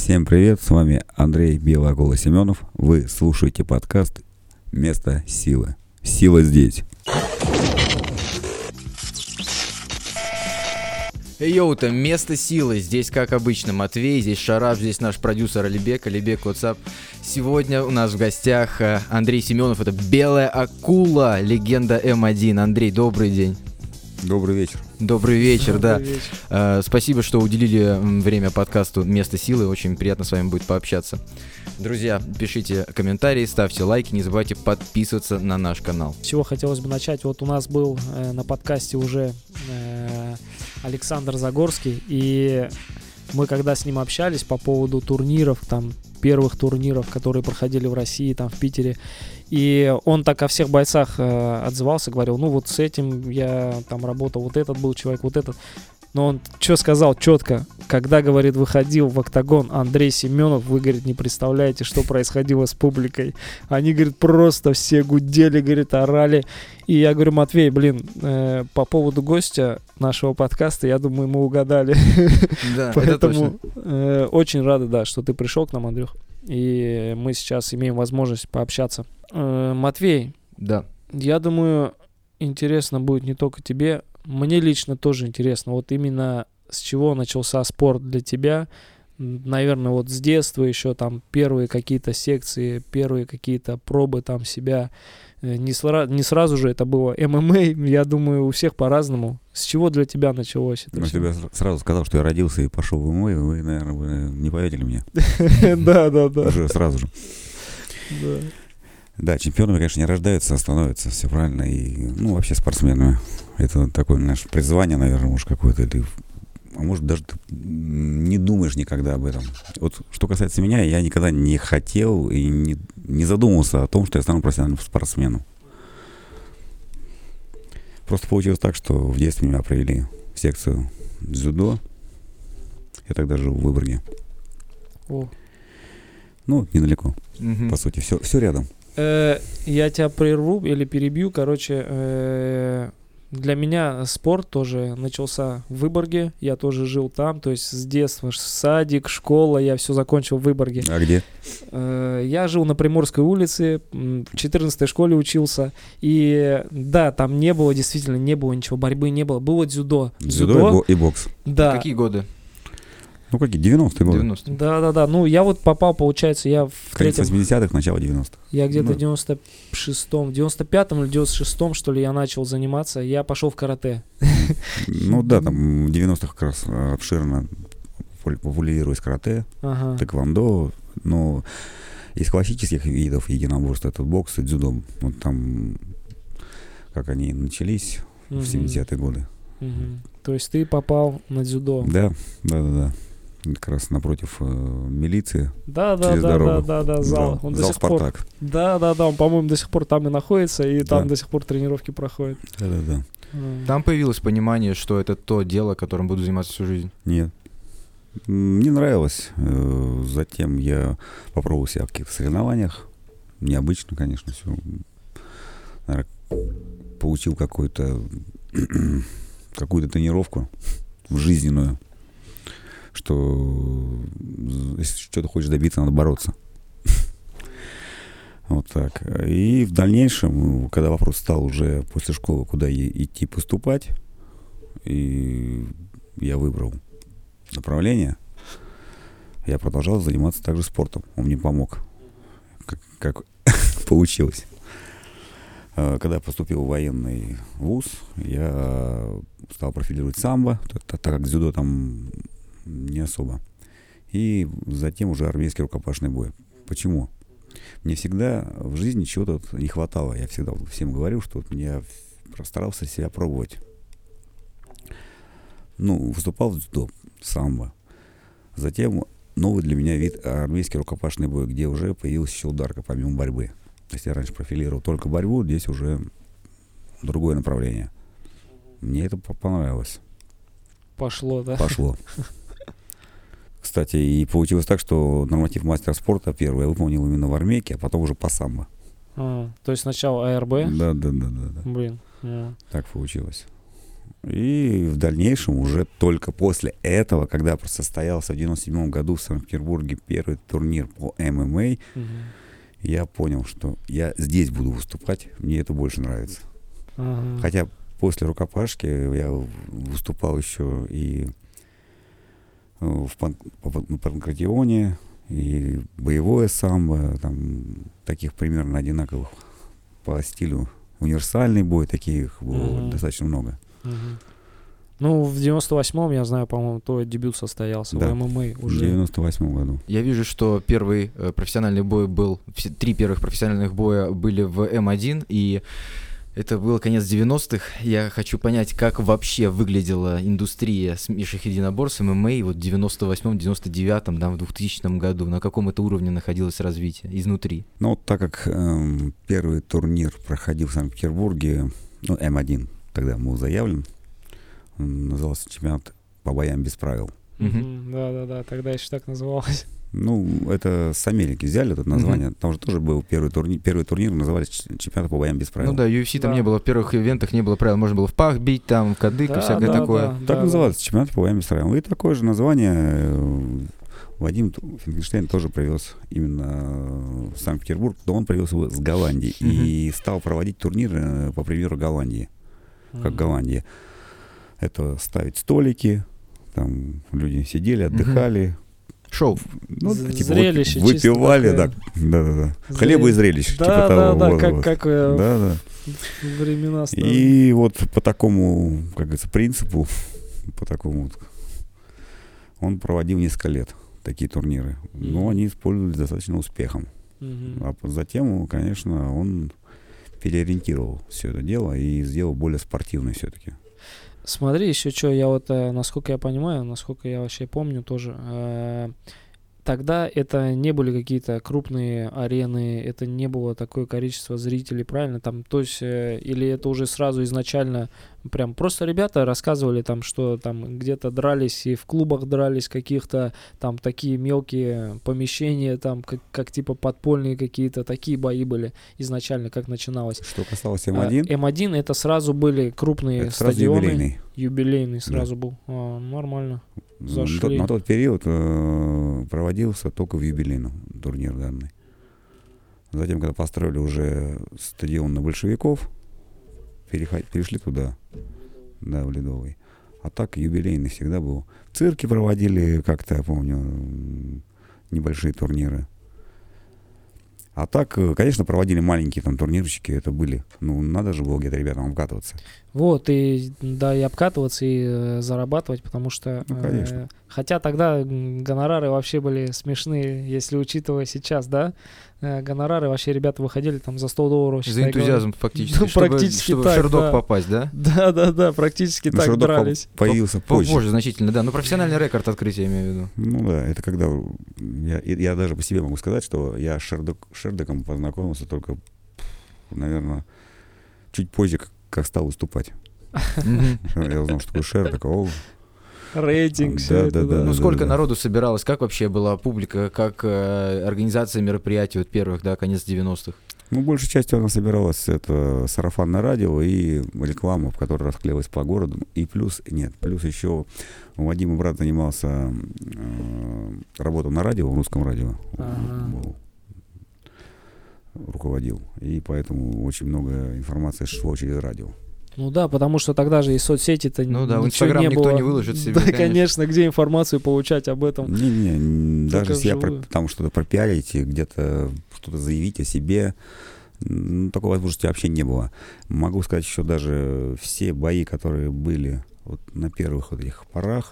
Всем привет, с вами Андрей Белогола Семенов. Вы слушаете подкаст «Место силы». Сила здесь. Йоу-то, место силы. Здесь, как обычно, Матвей, здесь Шарап, здесь наш продюсер Алибек. Алибек, what's up? Сегодня у нас в гостях Андрей Семенов. Это белая акула, легенда М1. Андрей, добрый день. Добрый вечер. Добрый вечер, Добрый да. вечер. Спасибо, что уделили время подкасту «Место силы». Очень приятно с вами будет пообщаться. Друзья, пишите комментарии, ставьте лайки, не забывайте подписываться на наш канал. С чего хотелось бы начать? Вот у нас был на подкасте уже Александр Загорский, и мы когда с ним общались по поводу турниров, там, первых турниров, которые проходили в России, там, в Питере, и он так о всех бойцах отзывался, говорил, ну вот с этим я там работал, вот этот был человек, вот этот. Но он что сказал четко, когда, говорит, выходил в октагон Андрей Семенов, вы, говорит, не представляете, что происходило с публикой. Они, говорит, просто все гудели, говорит, орали. И я говорю, Матвей, по поводу гостя нашего подкаста, я думаю, мы угадали. Да, Поэтому очень рады, да, что ты пришел к нам, Андрюх. И мы сейчас имеем возможность пообщаться. Матвей, да. Я думаю, интересно будет не только тебе. Мне лично тоже интересно, вот именно с чего начался спорт для тебя, наверное, вот с детства еще там первые какие-то секции, первые какие-то пробы там себя, не сразу же это было ММА, я думаю, у всех по-разному. С чего для тебя началось это? Я тебе сразу сказал, что я родился и пошел в ММА, вы, наверное, не поверили мне. Да. Уже сразу же. Да, чемпионами, конечно, не рождаются, а становятся, все правильно. И, ну, вообще спортсменами. Это такое наше призвание, наверное, может, какое-то. Или, а может, даже ты не думаешь никогда об этом. Вот, что касается меня, я никогда не хотел и не задумывался о том, что я стану профессиональным спортсменом. Просто получилось так, что в детстве меня провели в секцию дзюдо. Я тогда жил в Выборге. О. Ну, недалеко, Мгм. по сути. Все рядом. Я тебя прерву или перебью. Короче, для меня спорт тоже начался в Выборге. Я тоже жил там. То есть с детства садик, школа. Я все закончил в Выборге. А где? Я жил на Приморской улице. В 14-й школе учился. И да, там действительно не было ничего. Борьбы не было. Было дзюдо. Дзюдо и бокс. Да. Какие годы? Ну, какие? 90-е годы. 90-е. Да. Ну, я вот попал, получается, я в Конец третьем... 80-х, начало 90-х. Я где-то Ну. в 96-м, 95-м или 96-м, что ли, я начал заниматься. Я пошел в карате. Ну да, там в 90-х как раз обширно популяризировалось карате, Ага. тэквондо, но из классических видов единоборства это бокс и дзюдо. Вот там, как они начались в 70-е годы. Мгм. То есть ты попал на дзюдо. Да. Как раз напротив милиции. Да, Через дорогу. зал. Он до Зал сих пор. «Спартак». Да, он, по-моему, до сих пор там и находится, и там Да. до сих пор тренировки проходят. Да. Там появилось понимание, что это то дело, которым буду заниматься всю жизнь. Нет. Не нравилось. Затем я попробовал себя в каких-то соревнованиях. Необычно, конечно, все. Наверное, получил какую-то тренировку жизненную, что если что-то хочешь добиться, надо бороться. Вот так. И в дальнейшем, когда вопрос стал уже после школы, куда идти поступать, и я выбрал направление, я продолжал заниматься также спортом. Он мне помог, как получилось. Когда поступил в военный вуз, я стал профилировать самбо, так как дзюдо там не особо. И затем уже армейский рукопашный бой. Почему? Мне всегда в жизни чего-то не хватало. Я всегда всем говорил, что я старался себя пробовать. Ну, выступал в дзюдо, самбо. Затем новый для меня вид армейский рукопашный бой, где уже появилась еще ударка помимо борьбы. То есть я раньше профилировал только борьбу, здесь уже другое направление. Мне это понравилось. Пошло, да? Пошло. Кстати, и получилось так, что норматив мастера спорта первый я выполнил именно в армейке, а потом уже по самбо. То есть сначала АРБ? Да. Блин. Так получилось. И в дальнейшем уже только после этого, когда состоялся в 97 году в Санкт-Петербурге первый турнир по ММА, я понял, что я здесь буду выступать, мне это больше нравится. Хотя после рукопашки я выступал еще и в панкратионе, и боевое самбо, там таких примерно одинаковых по стилю. Универсальный бой, таких было достаточно много. Ну, в 98-м, я знаю, по-моему, твой дебют состоялся в ММА уже. В 98-м году. Я вижу, что первый профессиональный бой был, три первых профессиональных боя были в М1, и это был конец 90-х. Я хочу понять, как вообще выглядела индустрия смешанных единоборств ММА вот в 98-м, 99-м, да, в 2000 году. На каком это уровне находилось развитие изнутри? Ну, вот так как первый турнир проходил в Санкт-Петербурге, ну, М1, тогда был заявлен, он назывался чемпионат по боям без правил. Да, тогда еще так называлось. Ну, это с Америки взяли это название. Там же тоже был первый турнир назывались чемпионат по боям без правил. Ну да, UFC там не было, в первых ивентах не было правил. Можно было в пах бить, там, в кадык и всякое такое. Так назывался чемпионат по боям без правил. И такое же название Вадим Финкенштейн тоже привез именно в Санкт-Петербург. Да, он привез его с Голландии и стал проводить турниры по примеру Голландии. Как Голландия. Это ставить столики, там люди сидели, отдыхали. Шоу. Ну, типа зрелище, выпивали, да. Хлеба и зрелищ. Как времена стали. И вот по такому, как говорится, принципу, по такому вот, он проводил несколько лет такие турниры. Но они использовались достаточно успехом. А затем, конечно, он переориентировал все это дело и сделал более спортивным все-таки. Смотри, еще что, я вот, насколько я понимаю, насколько я вообще помню тоже, тогда это не были какие-то крупные арены, это не было такое количество зрителей, правильно? Там, то есть, или это уже сразу изначально прям просто ребята рассказывали там, что там где-то дрались и в клубах дрались каких-то, там такие мелкие помещения, там как типа подпольные какие-то, такие бои были изначально, как начиналось. Что касалось М1? М1 это сразу были крупные это стадионы. Сразу юбилейный сразу был. Нормально. Зашли. На тот период проводился только в юбилейном турнир данный. Затем, когда построили уже стадион на большевиков, перешли туда, да, в Ледовый. А так юбилейный всегда был. В цирке проводили как-то, я помню, небольшие турниры. А так, конечно, проводили маленькие там турнирчики, это были. Ну, надо же было где-то ребятам обкатываться. Вот, и обкатываться, и зарабатывать, потому что... Ну, конечно. Хотя тогда гонорары вообще были смешные, если учитывая сейчас, да? Гонорары вообще ребята выходили там за $100. За энтузиазм фактически, ну, практически чтобы так, в Шердок да. попасть, да? Да, практически так Шердок дрались. Появился позже. Позже значительно, да. Но профессиональный рекорд открытия, я имею в виду. Ну да, это когда... Я даже по себе могу сказать, что я с Шердоком познакомился только, наверное, чуть позже, как стал выступать. Я узнал, что такое Шердок. Рейтинг, все это, да. Ну, сколько народу собиралось? Как вообще была публика? Как организация мероприятий вот первых, да, конец 90-х? Ну, большей частью она собиралась, это сарафанное радио и реклама, в которой расклеилась по городу. И плюс еще у Вадима брат занимался, работал на радио, в русском радио. Руководил. И поэтому очень много информации шло через радио. Ну да, потому что тогда же и соцсети-то ну да, в Инстаграм не никто было. Не выложит себе, да, конечно, где информацию получать об этом? Не, даже если я там что-то пропиарить, где-то что-то заявить о себе, такой возможности вообще не было. Могу сказать, еще даже все бои, которые были вот на первых вот этих порах,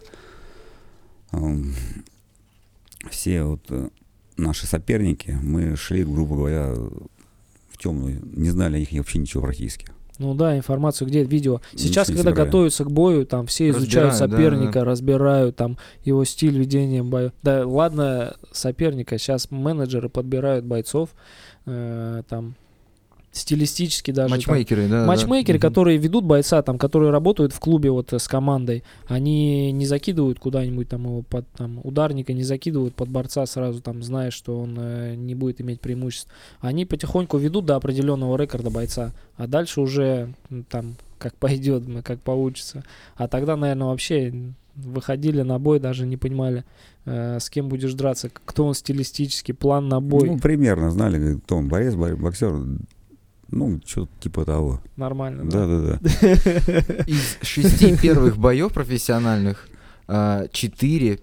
все вот наши соперники, мы шли, грубо говоря, в темную, не знали о них вообще ничего практически. Ну да, информацию, где видео. Сейчас, когда готовятся к бою, там все изучают соперника, разбирают там его стиль ведения боя. Да, ладно, соперника, сейчас менеджеры подбирают бойцов, там стилистически даже. Матчмейкеры, там, да. Матчмейкеры, которые ведут бойца, там, которые работают в клубе вот с командой, они не закидывают куда-нибудь там его под там, ударника, не закидывают под борца сразу, там, зная, что он не будет иметь преимуществ. Они потихоньку ведут до определенного рекорда бойца, а дальше уже там как пойдет, как получится. А тогда, наверное, вообще выходили на бой, даже не понимали, с кем будешь драться, кто он стилистически, план на бой. Ну, примерно знали, кто он, борец, боксер. Ну, что-то типа того. Нормально, да? Да. Из 6 первых боев профессиональных 4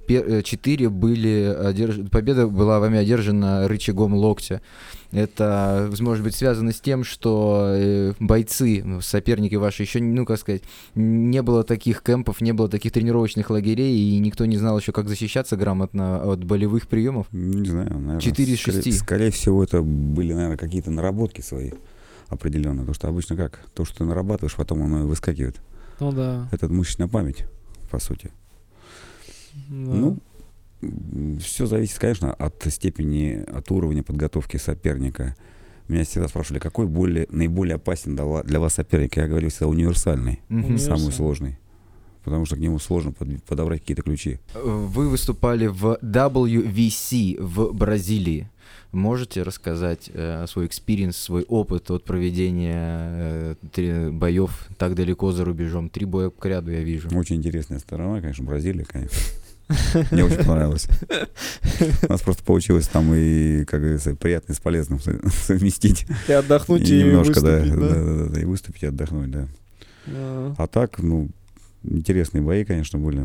были победа была вами одержана рычагом локтя. Это может быть связано с тем, что бойцы, соперники ваши, еще, ну, как сказать, не было таких кемпов, не было таких тренировочных лагерей, и никто не знал еще, как защищаться грамотно от болевых приемов. Не знаю, наверное. 4 из 6. Скорее всего, это были, наверное, какие-то наработки свои определенные. Потому что обычно как? То, что ты нарабатываешь, потом оно выскакивает. Ну да. Это мышечная память, по сути. Да. Ну, все зависит, конечно, от степени, от уровня подготовки соперника. Меня всегда спрашивали, какой наиболее опасен для вас соперник? Я говорю всегда универсальный, самый сложный. Потому что к нему сложно подобрать какие-то ключи. Вы выступали в WVC в Бразилии. Можете рассказать свой экспириенс, свой опыт от проведения боев так далеко за рубежом? 3 боя к ряду я вижу. Очень интересная сторона, конечно, Бразилия, конечно. Мне очень понравилось. У нас просто получилось там и, как говорится, приятно с полезным совместить. И отдохнуть, и немножко, выступить, да, и выступить, и отдохнуть, да. А так, ну, интересные бои, конечно, были.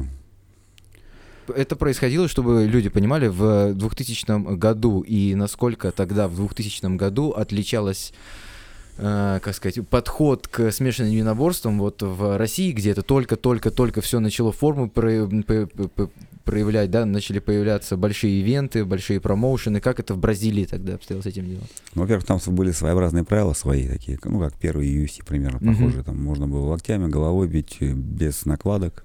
Это происходило, чтобы люди понимали, в 2000 году, и насколько тогда в 2000 году отличалась, как сказать, подход к смешанным единоборствам вот в России, где это только все начало форму проявлять, да, начали появляться большие ивенты, большие промоушены. Как это в Бразилии тогда обстояло с этим делом? Ну, во-первых, там были своеобразные правила свои такие, ну, как первый UFC примерно похожие. Там можно было локтями, головой бить без накладок.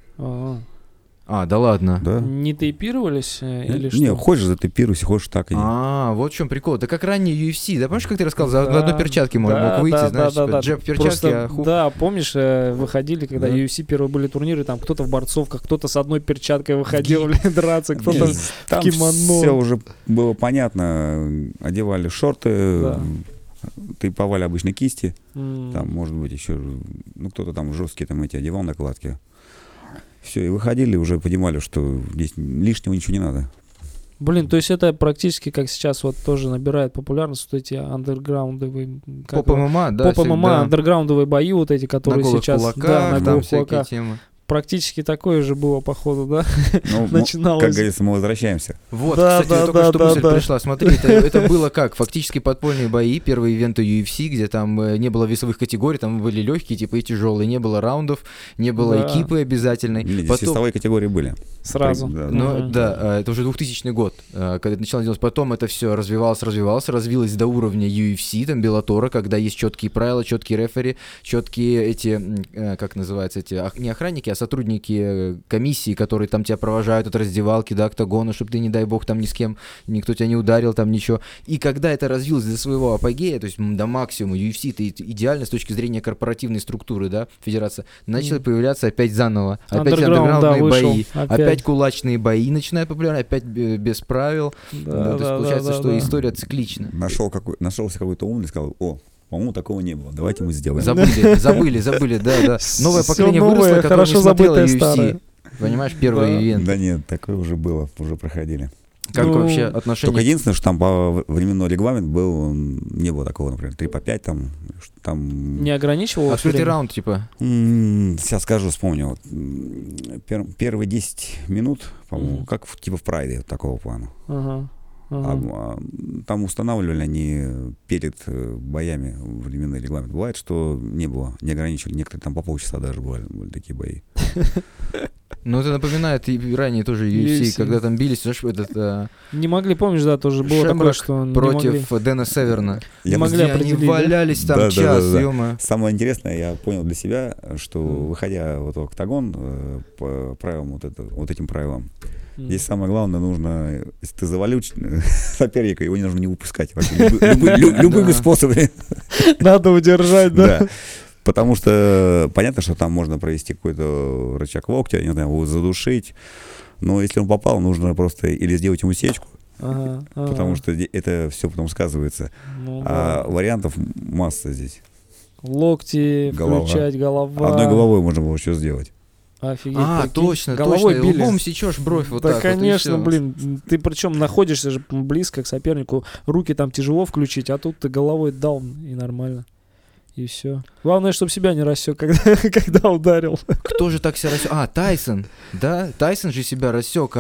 Да ладно. Да. Не тейпировались или что? Не, хочешь затейпируйся, хочешь так и нет. Вот в чем прикол. Да как ранний UFC. Да помнишь, как ты рассказал, за одной перчатке мог выйти, знаешь, джеб в перчатке, хук. Да, помнишь, выходили, когда UFC первые были турниры, там кто-то в борцовках, кто-то с одной перчаткой выходил драться, кто-то в кимоно. Все уже было понятно. Одевали шорты, тейповали обычно кисти. Там, может быть, еще, ну, кто-то там жесткие там эти одевал накладки. Все, и выходили, уже понимали, что здесь лишнего ничего не надо. Блин, то есть это практически как сейчас вот тоже набирает популярность вот эти андерграундовые... Поп ММА, да. Поп ММА, андерграундовые бои вот эти, которые сейчас... На голых кулаках. Темы. Практически такое же было, походу, да? Ну, начиналось. Как говорится, мы возвращаемся. Вот, кстати, только что мысль пришла. Смотри, это было как? Фактически подпольные бои, первые ивенты UFC, где там не было весовых категорий, там были легкие, типа и тяжелые, не было раундов, не было экипы обязательной. Нет, здесь весовые категории были. Сразу. Да, это уже 2000 год, когда это начало делать. Потом это все развивалось, развилось до уровня UFC, там, Беллатора, когда есть четкие правила, четкие рефери, четкие эти, как называется, эти, не охранники, а сотрудники комиссии, которые там тебя провожают от раздевалки до октагона, чтобы ты, не дай бог, там ни с кем, никто тебя не ударил, там ничего. И когда это развилось до своего апогея, то есть до максимума, UFC, это идеально с точки зрения корпоративной структуры, да, федерация, начали появляться опять заново, опять андерграундные бои, опять кулачные бои начинают популярны, опять без правил. То есть получается, что история циклична. Нашелся какой-то умный, сказал: по-моему, такого не было. Давайте мы сделаем. Забыли, да. Новое поколение выросло, которое не смотрело UFC. Понимаешь, первый ивент. Да нет, такое уже было, уже проходили. Как вообще отношения? Только единственное, что там по временной регламент был, не было такого, например, 3-5 там... Не ограничивал? Открытый раунд, типа? Сейчас скажу, вспомню. Первые 10 минут, по-моему, как типа в прайде такого плана. Там устанавливали они перед боями временной регламент. Бывает, что не было, не ограничивали. Некоторые там по полчаса даже были такие бои. Ну, это напоминает и ранее тоже UFC, когда там бились, знаешь, этот... Не могли, помнишь, да, тоже было такое, что против Дэна Северна. Не могли определить, они валялись там час, ё-моё. Самое интересное, я понял для себя, что, выходя вот в октагон по правилам, вот этим правилам, здесь самое главное, нужно, если ты завалил соперника, его не нужно не выпускать вообще, любыми способами. Надо удержать, да. Потому что понятно, что там можно провести какой-то рычаг локтя, не знаю, его задушить, но если он попал, нужно просто или сделать ему сечку, потому что это все потом сказывается. А вариантов масса здесь. локти Голова. включать, голова. Одной головой можно было что сделать. Офигеть, А, прикинь. точно, головой точно. били. Лбом сечешь бровь вот Да, так вот, и конечно, всё. блин, ты причем находишься же близко к сопернику, руки там тяжело включить, а тут ты головой дал, и нормально. И все. Главное, чтобы себя не рассек, когда ударил. Кто же так себя рассек? А, Тайсон, да? Тайсон же себя рассек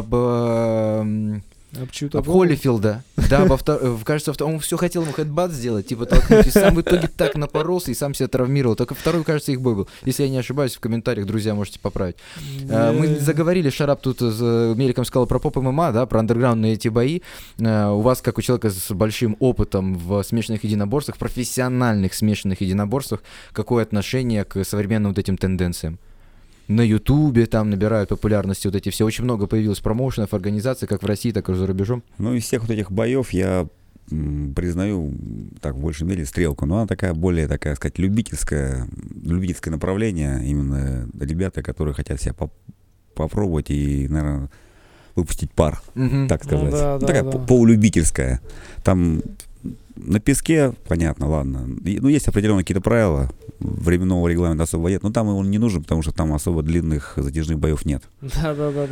Об чью-то об голову. Холлифилда. Да, кажется, он все хотел ему хедбат сделать, типа толкнуть, и сам в итоге так напоролся и сам себя травмировал. Только второй, кажется, их бой был. Если я не ошибаюсь, в комментариях, друзья, можете поправить. Мы заговорили, Шарап тут с Меликом сказал про поп-ММА, да, про андерграундные эти бои. У вас, как у человека с большим опытом в смешанных единоборствах, профессиональных смешанных единоборствах, какое отношение к современным вот этим тенденциям? На Ютубе там набирают популярности вот эти все. Очень много появилось промоушенов, организаций, как в России, так и за рубежом. Ну, из всех вот этих боев я признаю, так, в большей мере, стрелку. Но она такая, более, такая сказать, любительское направление. Именно ребята, которые хотят себя попробовать и, наверное, выпустить пар, так сказать. Ну, да, такая да. полулюбительская. Там на песке, понятно, ладно. Ну, есть определенные какие-то правила. Временного регламента особо нет. Но там он не нужен, потому что там особо длинных затяжных боев нет. Да.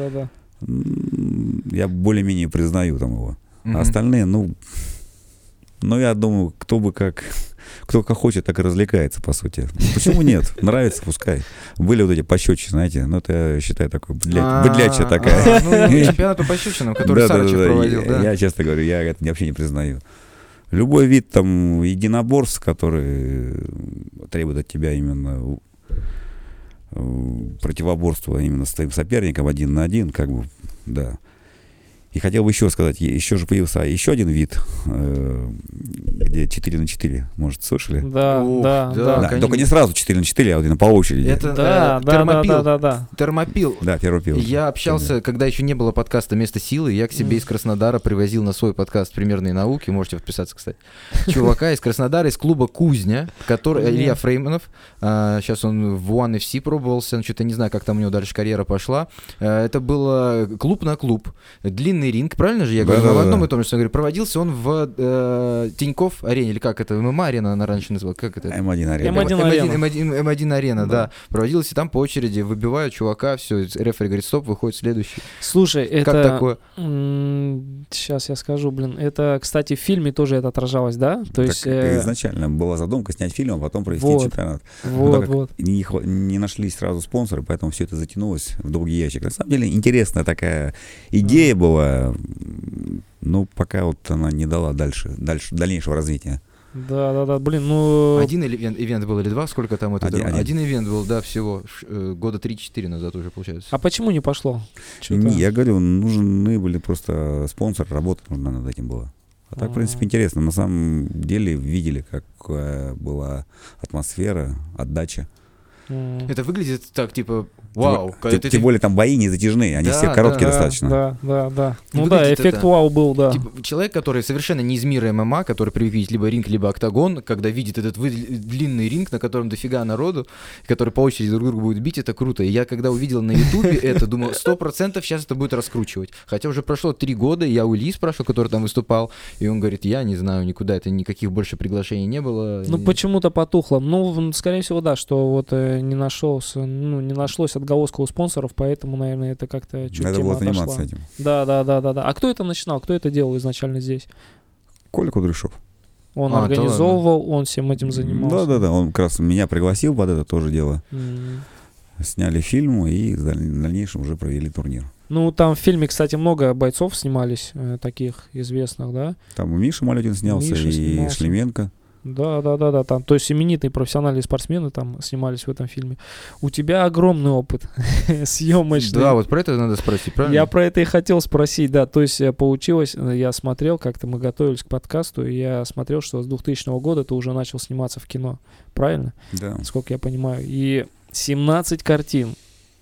Я более-менее признаю там его. А остальные, ну, я думаю, кто как хочет, так и развлекается, по сути. Почему нет? Нравится, пускай. Были вот эти пощечины, знаете, ну, это, я считаю, такой быдлячая такая. Ну, чемпионат по пощечинам, который Сарычев проводил, да? Я, честно говорю, я это вообще не признаю. Любой вид там единоборств, который требует от тебя именно противоборства именно с твоим соперником 1 на 1, как бы, да. И хотел бы еще сказать, еще же появился еще один вид, где 4 на 4, может, слышали? Да. Только не сразу 4 на 4, а вот именно по очереди. Это термопил. Да. Термопил. Да, термопил. Я общался, когда еще не было подкаста «Место силы», я к себе из Краснодара привозил на свой подкаст «Примерные науки», можете подписаться, кстати, чувака из Краснодара, из клуба «Кузня», который Илья Фрейманов, сейчас он в One FC пробовался, что-то не знаю, как там у него дальше карьера пошла. Это был клуб на клуб, длинный ринг, правильно же я говорю? В одном и том же, что я говорю, проводился он в Тинькофф арене, или как это, ММА-арена она раньше называлась, как это? М1 арена. М1 арена, да. Проводилась, и там по очереди выбивают чувака, все, рефери говорит, стоп, выходит следующий. Слушай, это... Как такое? Сейчас я скажу, блин. Это, кстати, в фильме тоже это отражалось, да? То есть... Изначально была задумка снять фильм, а потом провести чемпионат. Вот. Не нашлись сразу спонсоры, поэтому все это затянулось в долгий ящик. На самом деле интересная такая идея была, но пока вот она не дала дальнейшего развития. Да, блин, ну... Один ивент был или два? Сколько там это? Один ивент был, да, всего года 3-4 назад уже, получается. А почему не пошло? Я говорю, нужны были просто спонсоры, работать нужно над этим было. А так, в принципе, интересно. На самом деле видели, какая была атмосфера, отдача. Это выглядит так, типа, вау. Тем более там бои не затяжные, они все короткие достаточно. Да. Ну да, эффект вау был, да. Типа, человек, который совершенно не из мира ММА, который привык видеть либо ринг, либо октагон, когда видит этот длинный ринг, на котором дофига народу, который по очереди друг друга будет бить, это круто. И я когда увидел на Ютубе это, думал, 100% сейчас это будет раскручивать. Хотя уже прошло 3 года, я у Ильи спрашивал, который там выступал, и он говорит, я не знаю, никуда, это никаких больше приглашений не было. Ну, почему-то потухло. Ну, скорее всего, да, что вот не нашлось отголоска у спонсоров, поэтому, наверное, это как-то чуть надо тема было заниматься отошла. этим. Да. А кто это начинал? Кто это делал изначально здесь? Коля Кудряшов. Он организовывал, он всем этим занимался. Да. Он как раз меня пригласил под это тоже дело. Сняли фильм и в дальнейшем уже провели турнир. Ну, там в фильме, кстати, много бойцов снимались, таких известных, да? Там и Миша Малютин снялся, и Шлеменко. Да. Там, то есть именитые профессиональные спортсмены там снимались в этом фильме. У тебя огромный опыт съемочный. Да, вот про это надо спросить, правильно? Я про это и хотел спросить, да. То есть получилось, я смотрел, как-то мы готовились к подкасту, и я смотрел, что с 2000 года ты уже начал сниматься в кино. Правильно? Да. Сколько я понимаю. И 17 картин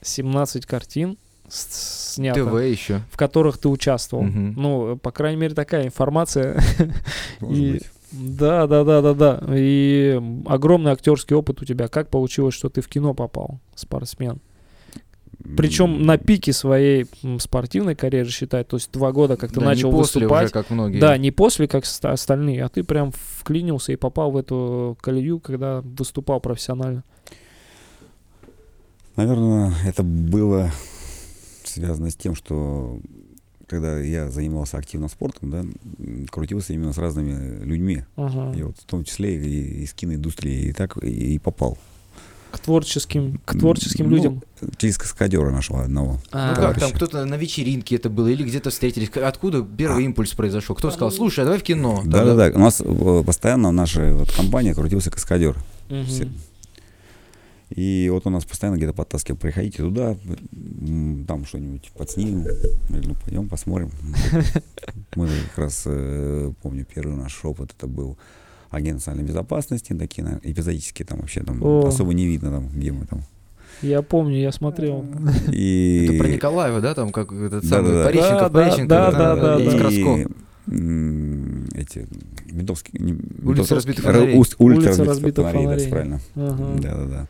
снято, ТВ еще. в которых ты участвовал. Ну, по крайней мере, такая информация. Может быть. Да. И огромный актерский опыт у тебя. Как получилось, что ты в кино попал, спортсмен? Причем на пике своей спортивной карьеры, считай, то есть 2 года, как ты Да, начал не после выступать. уже, как многие. Да, не после, как остальные, а ты прям вклинился и попал в эту колею, когда выступал профессионально. Наверное, это было связано с тем, что когда я занимался активно спортом, да, крутился именно с разными людьми. Ага. И вот в том числе и из киноиндустрии, и так и попал. К творческим людям. Через каскадера нашего одного. Ну как там, кто-то на вечеринке это было, или где-то встретились? Откуда первый импульс произошел? Кто сказал, слушай, а давай в кино? Да. У нас постоянно в нашей компании крутился каскадер. Мгм. И вот он нас постоянно где-то подтаскивал, приходите туда, там что-нибудь подснимем, или, ну, пойдем посмотрим. Мы как раз, помню, первый наш опыт, это был агент национальной безопасности, такие эпизодические, там вообще там особо не видно, там, где мы там. Я помню, я смотрел. И... Это про Николаева, да, там как этот Да, самый да, Пореченков, да. из Краско. Эти ментовские... Улица разбитых фонарей. Улица разбитых фонарей, да, правильно. Ага. Да.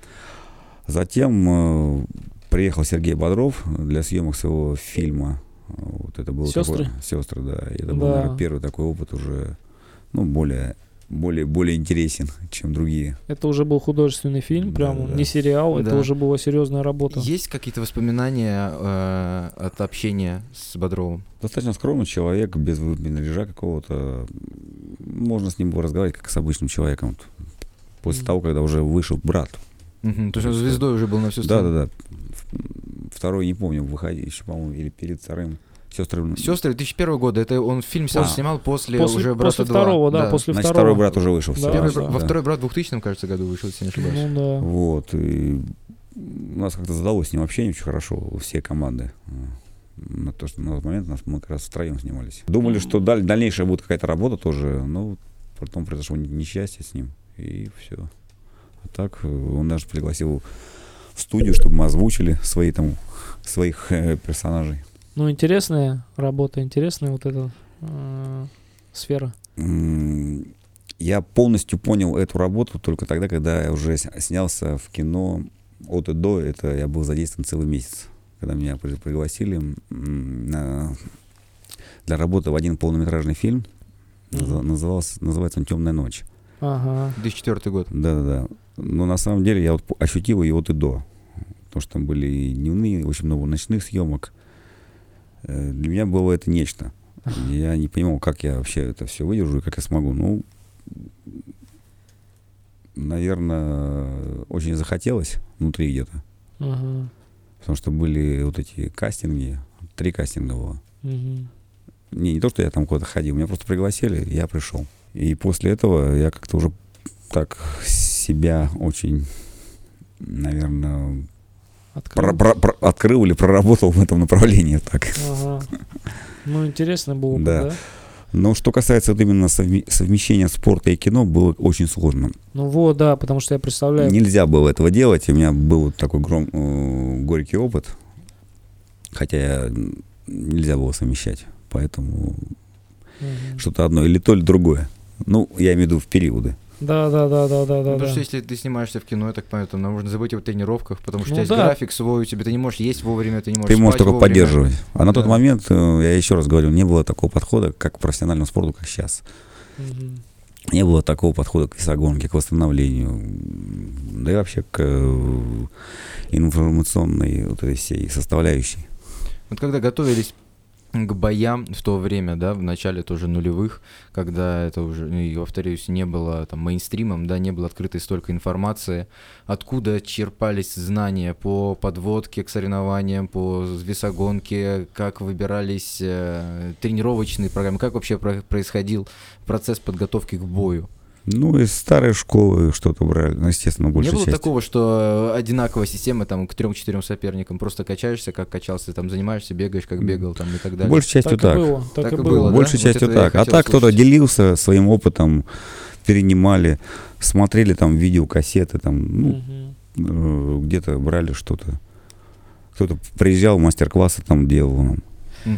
Затем приехал Сергей Бодров для съемок своего фильма. Вот это был «Сестры»? Такой, «Сестры», да. И это был, наверное, первый такой опыт уже, ну, более интересен, чем другие. Это уже был художественный фильм, прям Да. не сериал, это Да. уже была серьезная работа. Есть какие-то воспоминания от общения с Бодровым? Достаточно скромный человек, без выпендрежа какого-то. Можно с ним разговаривать, как с обычным человеком. После того, когда уже вышел «Брат». То есть он звездой уже был на всю страну? Да. Второй, не помню, выходил еще, по-моему, или перед вторым. «Сестры». «Сестры» 2001 года, это он фильм сам снимал после уже «Брата после 2». второго, да, после Значит, второго. второй «Брат» уже вышел. Да, сразу, да. Во второй «Брат» в 2000, кажется, году вышел, если не ошибаюсь. Ну да. Вот. И у нас как-то задалось с ним общение очень хорошо, у всей команды. На то, что на тот момент мы как раз втроем снимались. Думали, что дальнейшая будет какая-то работа тоже, но потом произошло несчастье с ним, и все. А так он даже пригласил в студию, чтобы мы озвучили своих персонажей. Ну, интересная работа, интересная вот эта сфера. Я полностью понял эту работу только тогда, когда я уже снялся в кино от и до. Это я был задействован целый месяц, когда меня пригласили для работы в один полнометражный фильм. Называется он «Темная ночь». Ага. 2004 год. Да. Но на самом деле я вот ощутил ее от и до. Потому что там были и дневные, очень много ночных съемок. Для меня было это нечто. Я не понимал, как я вообще это все выдержу и как я смогу. Ну, наверное, очень захотелось внутри где-то. Ага. Потому что были вот эти кастинги. 3 кастинга было. Угу. Не то, что я там куда-то ходил. Меня просто пригласили, и я пришел. И после этого я как-то уже так себя очень, наверное, открыл или проработал в этом направлении. Так. Ага. Ну, интересно было бы, Да. да? Но что касается вот именно совмещения спорта и кино, было очень сложно. Ну вот, да, потому что я представляю... Нельзя было этого делать. У меня был вот такой горький опыт. Хотя нельзя было совмещать. Поэтому что-то одно или то, или другое. Ну, я имею в виду в периоды. Да. Потому что если ты снимаешься в кино, я так понимаю, там нужно забыть о тренировках, потому что у тебя есть график свой, у тебя ты не можешь есть вовремя, ты не можешь Ты можешь только вовремя. поддерживать. А на тот момент, я еще раз говорю, не было такого подхода, как к профессиональному спорту, как сейчас. Не было такого подхода к весогонке, к восстановлению, да и вообще к информационной вот этой всей составляющей. Вот когда готовились к боям в то время, да, в начале тоже нулевых, когда это уже, ну, и повторюсь, не было там мейнстримом, да, не было открытой столько информации, откуда черпались знания по подводке к соревнованиям, по весогонке, как выбирались тренировочные программы, как вообще происходил процесс подготовки к бою? Ну, из старой школы что-то брали, ну, естественно, большая часть. Не было такого, что одинаковая система там к 3-4 соперникам, просто качаешься, как качался, там занимаешься, бегаешь, как бегал, там и так далее. Большей частью так. Так и было, да? Большей частью так. А так кто-то делился своим опытом, перенимали, смотрели там видеокассеты, там, ну, где-то брали что-то. Кто-то приезжал, мастер-классы там делал нам.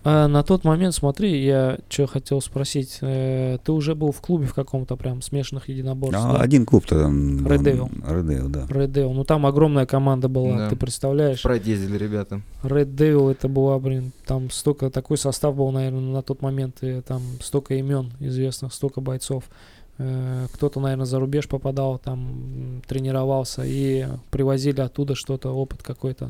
А на тот момент, смотри, я что хотел спросить, ты уже был в клубе в каком-то прям смешанных единоборств? Да? Один клуб-то там. Red Devil. Red Devil, да. Red Devil. Ну там огромная команда была, Да. ты представляешь? Прайд ездили ребята. Red Devil это была, блин, там столько, такой состав был, наверное, на тот момент, и там столько имен известных, столько бойцов. Кто-то, наверное, за рубеж попадал, там тренировался, и привозили оттуда что-то, опыт какой-то.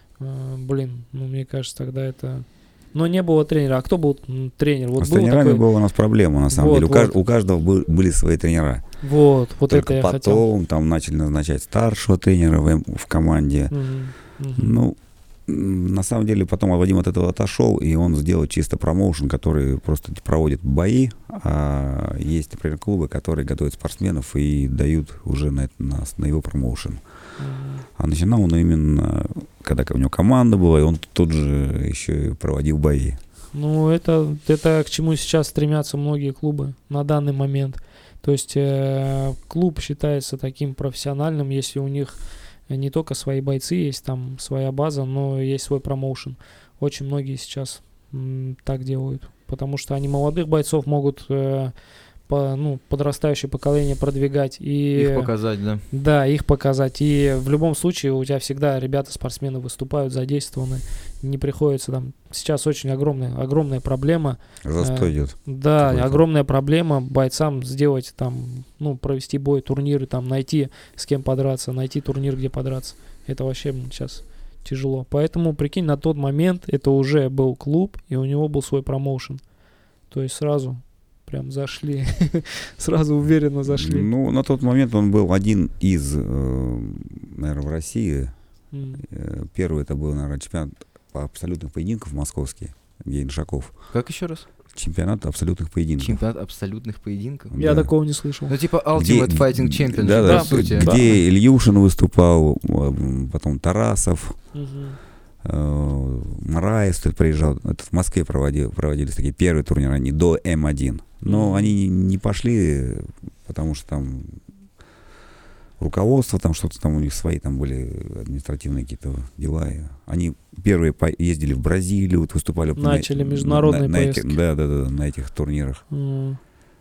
Блин, ну мне кажется, тогда это... Но не было тренера. А кто был тренер? Вот С был тренерами такой... была у нас проблема, на самом Вот, деле. вот. У каждого были свои тренера. Вот это Только я потом хотел. там начали назначать старшего тренера в команде. Ну, на самом деле, потом Вадим от этого отошел, и он сделал чисто промоушен, который просто проводит бои. А есть, например, клубы, которые готовят спортсменов и дают уже на его промоушен. А начинал он именно, когда у него команда была, и он тут же еще и проводил бои. Ну, это к чему сейчас стремятся многие клубы на данный момент. То есть клуб считается таким профессиональным, если у них не только свои бойцы есть, там своя база, но есть свой промоушен. Очень многие сейчас так делают, потому что они молодых бойцов могут подрастающее поколение продвигать. И, их показать, да. Да, их показать. И в любом случае у тебя всегда ребята-спортсмены выступают, задействованы. Не приходится там... Сейчас очень огромная проблема. Застой идет. Да, Какой-то. огромная проблема бойцам сделать там, провести бой, турниры, там, найти с кем подраться, найти турнир, где подраться. Это вообще сейчас тяжело. Поэтому, прикинь, на тот момент это уже был клуб, и у него был свой промоушен. То есть сразу прям зашли, сразу уверенно зашли. Ну, на тот момент он был один из, наверное, в России. Первый это был, наверное, чемпионат по абсолютных поединков московский, где Иншаков. Как еще раз? Чемпионат абсолютных поединков. Чемпионат абсолютных поединков? Я Да. такого не слышал. Ну, типа Ultimate Fighting Championship, Да, по сути. где Ильюшин выступал, потом Тарасов, Мараев тут приезжал. Это в Москве проводились такие первые турниры, они до М1. Но они не пошли, потому что там руководство, там что-то там у них свои там были административные какие-то дела. И они первые ездили в Бразилию, вот выступали. Начали международные поездки. Да, на этих турнирах. Ну,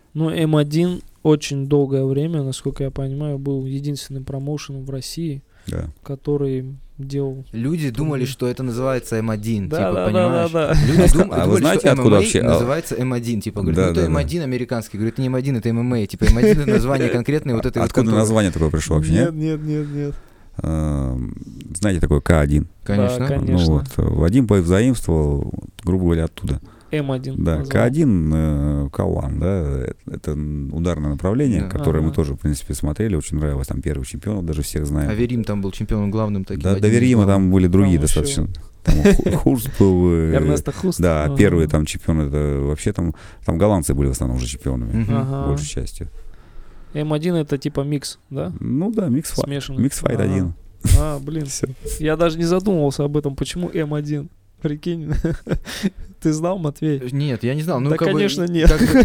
М1 очень долгое время, насколько я понимаю, был единственным промоушеном в России, Да. который делал... Люди думали, что это называется М1, Да, типа, да, понимаешь? да. Люди думали, вы знаете, что откуда ММА вообще- называется М1, типа, говорят, Да, ну это да, М1 американский. Говорит, это не М1, это ММА. Типа, М1 это название конкретной вот этой вот Откуда конторы. название такое пришло вообще? Нет. Знаете, такое К1. Конечно. Да, конечно. Ну вот, Вадим заимствовал, грубо говоря, оттуда. М1. Да, назвал. К1, К1, да, это ударное направление, Да. которое мы Ага. тоже, в принципе, смотрели, очень нравилось, там первых чемпионов даже всех знаем. Аверим там был чемпионом главным таким. Да, одним до из Верима главных. там были другие Там еще- достаточно. Там Хурс был. Эрнесто Хуст. Да, Ага. первые там чемпионы, это вообще там голландцы были в основном уже чемпионами, Мгм. Ага. большей частью. М1 это типа микс, да? Ну да, миксфайт. Смешанный. Миксфайт Ага. один. Блин. Всё. Я даже не задумывался об этом. Почему М1? Прикинь. Ты знал, Матвей? Нет, я не знал. Ну, Да, как бы, конечно, нет. как бы-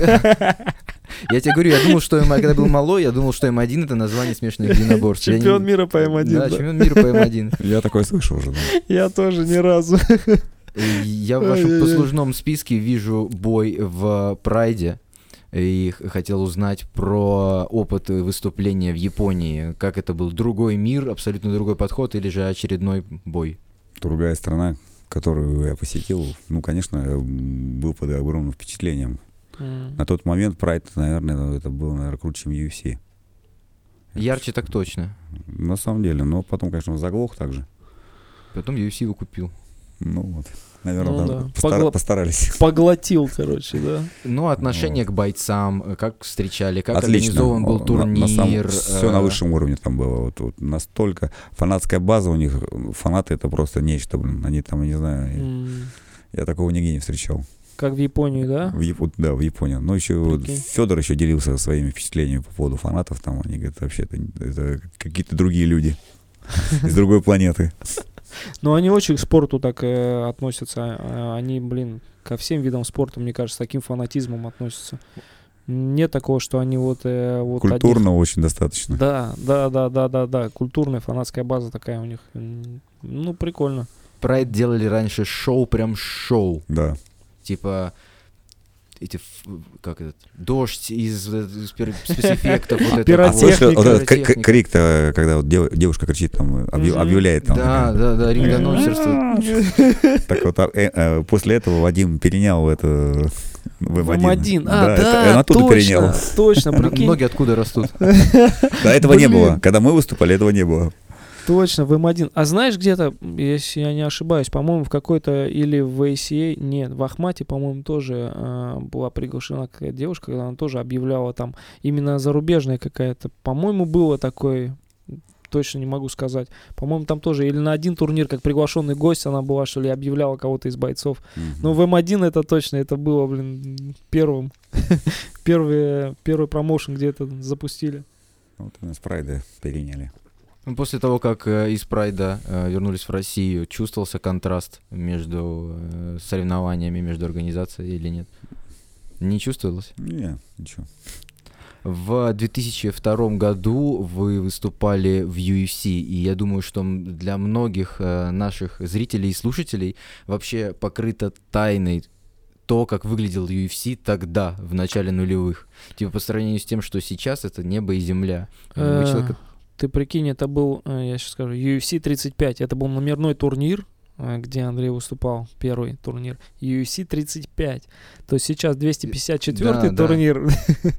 Я тебе говорю, я думал, что когда был малой, я думал, что М1 это название смешанных единоборств. Я не- Чемпион мира по М1. Да, да? чемпион мира по М1. Я такое слышал уже. Да. Я тоже ни разу. Я в вашем Ай-яй-яй. послужном списке вижу бой в Прайде. И хотел узнать про опыт выступления в Японии. Как это был? Другой мир, абсолютно другой подход или же очередной бой? Другая страна, которую я посетил, ну, конечно, был под огромным впечатлением. На тот момент Прайд, наверное, это было, наверное, круче, чем UFC. Ярче так точно. На самом деле, но потом, конечно, заглох также. Потом UFC его купил. Ну вот, наверное, Ну там да. постарались. Поглотил, короче, да. Ну, отношение к бойцам, как встречали, как Отлично. организован был турнир. Все на высшем уровне там было. Вот настолько фанатская база у них, фанаты это просто нечто, блин. Они там, я не знаю, я такого нигде не встречал. Как в Японии, да? Да, в Японии. Но еще Прикинь. Федор еще делился своими впечатлениями по поводу фанатов. Там они говорят, вообще это какие-то другие люди из другой планеты. Но они очень к спорту так относятся. Они, блин, ко всем видам спорта, мне кажется, с таким фанатизмом относятся. Нет такого, что они вот Культурно очень достаточно. Да. Культурная фанатская база такая у них. Ну, прикольно. Прайд делали раньше шоу, прям шоу. Да. типа эти, как этот, дождь из спецэффектов, вот это. А слышал, вот этот пиротехника. крик-то, когда вот девушка кричит, там, объявляет там. Да, ринг-анонсерство. Так вот, после этого Вадим перенял это в М1. он оттуда перенял. Точно, прикинь. Ноги откуда растут? Да, этого не Блин. было. Когда мы выступали, этого не было. Точно, в М1. А знаешь, где-то, если я не ошибаюсь, по-моему, в какой-то или в ACA, нет, в Ахмате, по-моему, тоже была приглашена какая-то девушка, когда она тоже объявляла там именно зарубежная какая-то. По-моему, было такое, точно не могу сказать. По-моему, там тоже или на один турнир, как приглашенный гость она была, что ли, объявляла кого-то из бойцов. Но в М1 это точно, это было, первым. Первый промоушен, где это запустили. Вот у нас прайды переняли. После того, как из Прайда вернулись в Россию, чувствовался контраст между соревнованиями, между организацией или нет? Не чувствовалось? Не, ничего. В 2002 году вы выступали в UFC, и я думаю, что для многих наших зрителей и слушателей вообще покрыто тайной то, как выглядел UFC тогда, в начале нулевых. Типа по сравнению с тем, что сейчас, это небо и земля. Вы человек... Ты прикинь, это был, я сейчас скажу, UFC 35. Это был номерной турнир, где Андрей выступал, первый турнир. UFC 35. То есть сейчас 254-й турнир.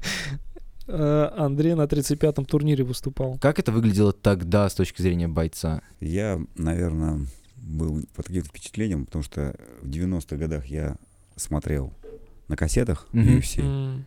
Андрей на 35-м турнире выступал. Как это выглядело тогда с точки зрения бойца? Я, наверное, был под таким впечатлением, потому что в 90-х годах я смотрел на кассетах UFC.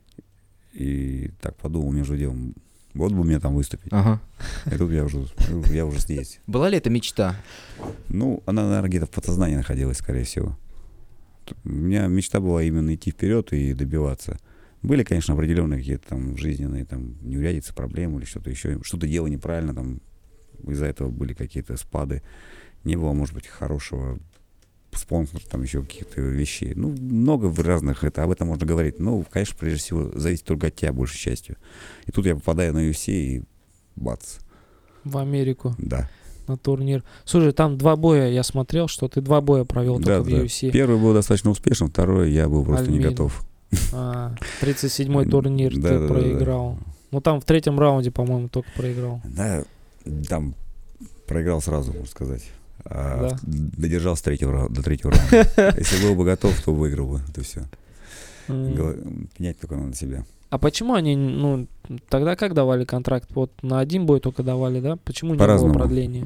И так подумал между делом, вот бы мне там выступить. Ага. И тут я уже здесь. Была ли это мечта? Ну, она, наверное, где-то в подсознании находилась, скорее всего. У меня мечта была именно идти вперед и добиваться. Были, конечно, определенные какие-то там жизненные там неурядицы, проблемы или что-то еще. Что-то делал неправильно, там из-за этого были какие-то спады. Не было, может быть, хорошего спонсора, там еще каких-то вещей. Ну, много разных, об этом можно говорить. Но, конечно, прежде всего, зависит только от тебя, большей частью. И тут я попадаю на UFC и бац. В Америку. Да. На турнир. Слушай, там 2 боя, я смотрел, что ты 2 боя провел только в UFC. Первый был достаточно успешным, второй я был просто не готов. 37-й турнир ты проиграл. Ну, там в 3-м раунде, по-моему, только проиграл. Да, там проиграл сразу, можно сказать. Додержался до 3-го раунда. Если был бы готов, то выиграл бы. Это все. Пенять только надо себя. А почему они, тогда как давали контракт? Вот на 1 бой только давали, да? Почему не было продления?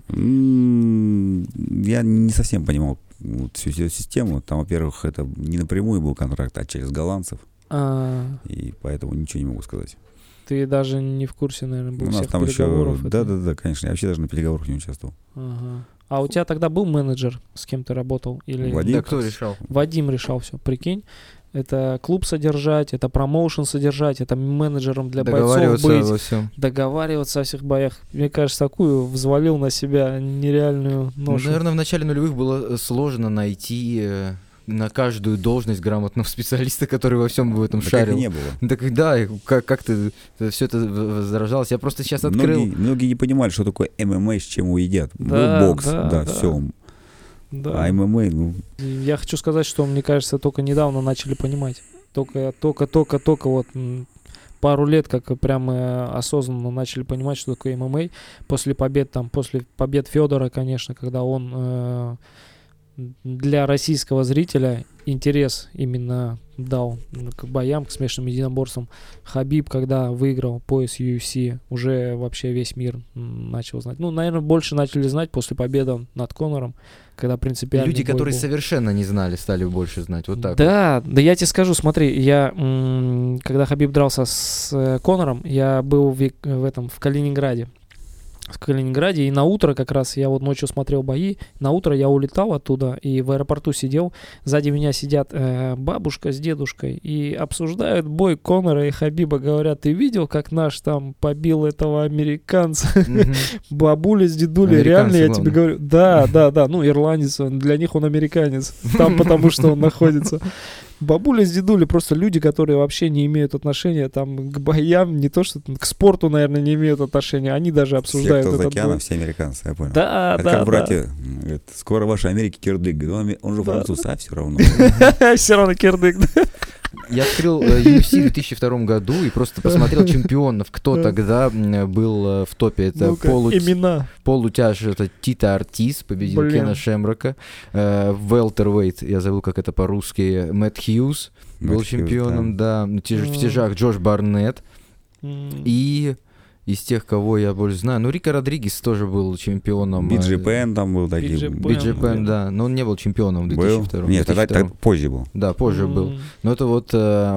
Я не совсем понимал всю систему. Там, во-первых, это не напрямую был контракт, а через голландцев. И поэтому ничего не могу сказать. Ты даже не в курсе, наверное, был всех там переговоров? Да, конечно. Я вообще даже на переговорах не участвовал. А у тебя тогда был менеджер, с кем ты работал? Или... Вадим. Да, кто решал? Вадим решал все, прикинь. Это клуб содержать, это промоушен содержать, это менеджером для бойцов быть. Во всем. Договариваться о всех боях. Мне кажется, такую взвалил на себя нереальную ношу. Наверное, в начале нулевых было сложно найти на каждую должность грамотного специалиста, который во всем в этом шарил. Так и не было. Так да, как-то все это возражалось. Я просто сейчас открыл. Многие не понимали, что такое ММА, с чем едят. Да, бокс, все. Да. А ММА, Я хочу сказать, что, мне кажется, только недавно начали понимать. Только вот пару лет, как прямо осознанно начали понимать, что такое ММА. После побед Федора, конечно, когда он для российского зрителя интерес именно дал к боям, к смешанным единоборствам. Хабиб, когда выиграл пояс UFC, уже вообще весь мир начал знать. Наверное, больше начали знать после победы над Конором, когда принципиально. Люди, которые совершенно не знали, стали больше знать. Вот так. Да, я тебе скажу, смотри, когда Хабиб дрался с Конором, я был в Калининграде. И на утро как раз я вот ночью смотрел бои, на утро я улетал оттуда и в аэропорту сидел, сзади меня сидят бабушка с дедушкой и обсуждают бой Конора и Хабиба, говорят, ты видел, как наш там побил этого американца, бабуля с дедулей, реально я тебе говорю, да, ирландец, для них он американец, там потому что он находится. Бабуля с дедулей просто люди, которые вообще не имеют отношения там к боям, не то что к спорту, наверное, не имеют отношения, они даже обсуждают Все, кто этот за океаном, бой. все американцы, я понял. Да, Это да, как да. братья, говорят, скоро в вашей Америке кирдык. Говорит, он же Да. француз, а все равно. Все равно кирдык. Да. Я открыл UFC в 2002 году и просто посмотрел чемпионов, кто тогда был в топе. Это Ну-ка, имена. полутяж, это Тита Ортис, победил Блин. Кена Шемрока. Велтервейт, я забыл, как это по-русски, Мэтт Хьюз был Мэтт Хьюз, чемпионом, да. В тяжах Джош Барнетт. И из тех, кого я больше знаю, ну, Рико Родригес тоже был чемпионом. BGPN там был таким. BGPN, да, но он не был чемпионом в Был? 2002. Нет, тогда позже был. Да, позже был. Но это вот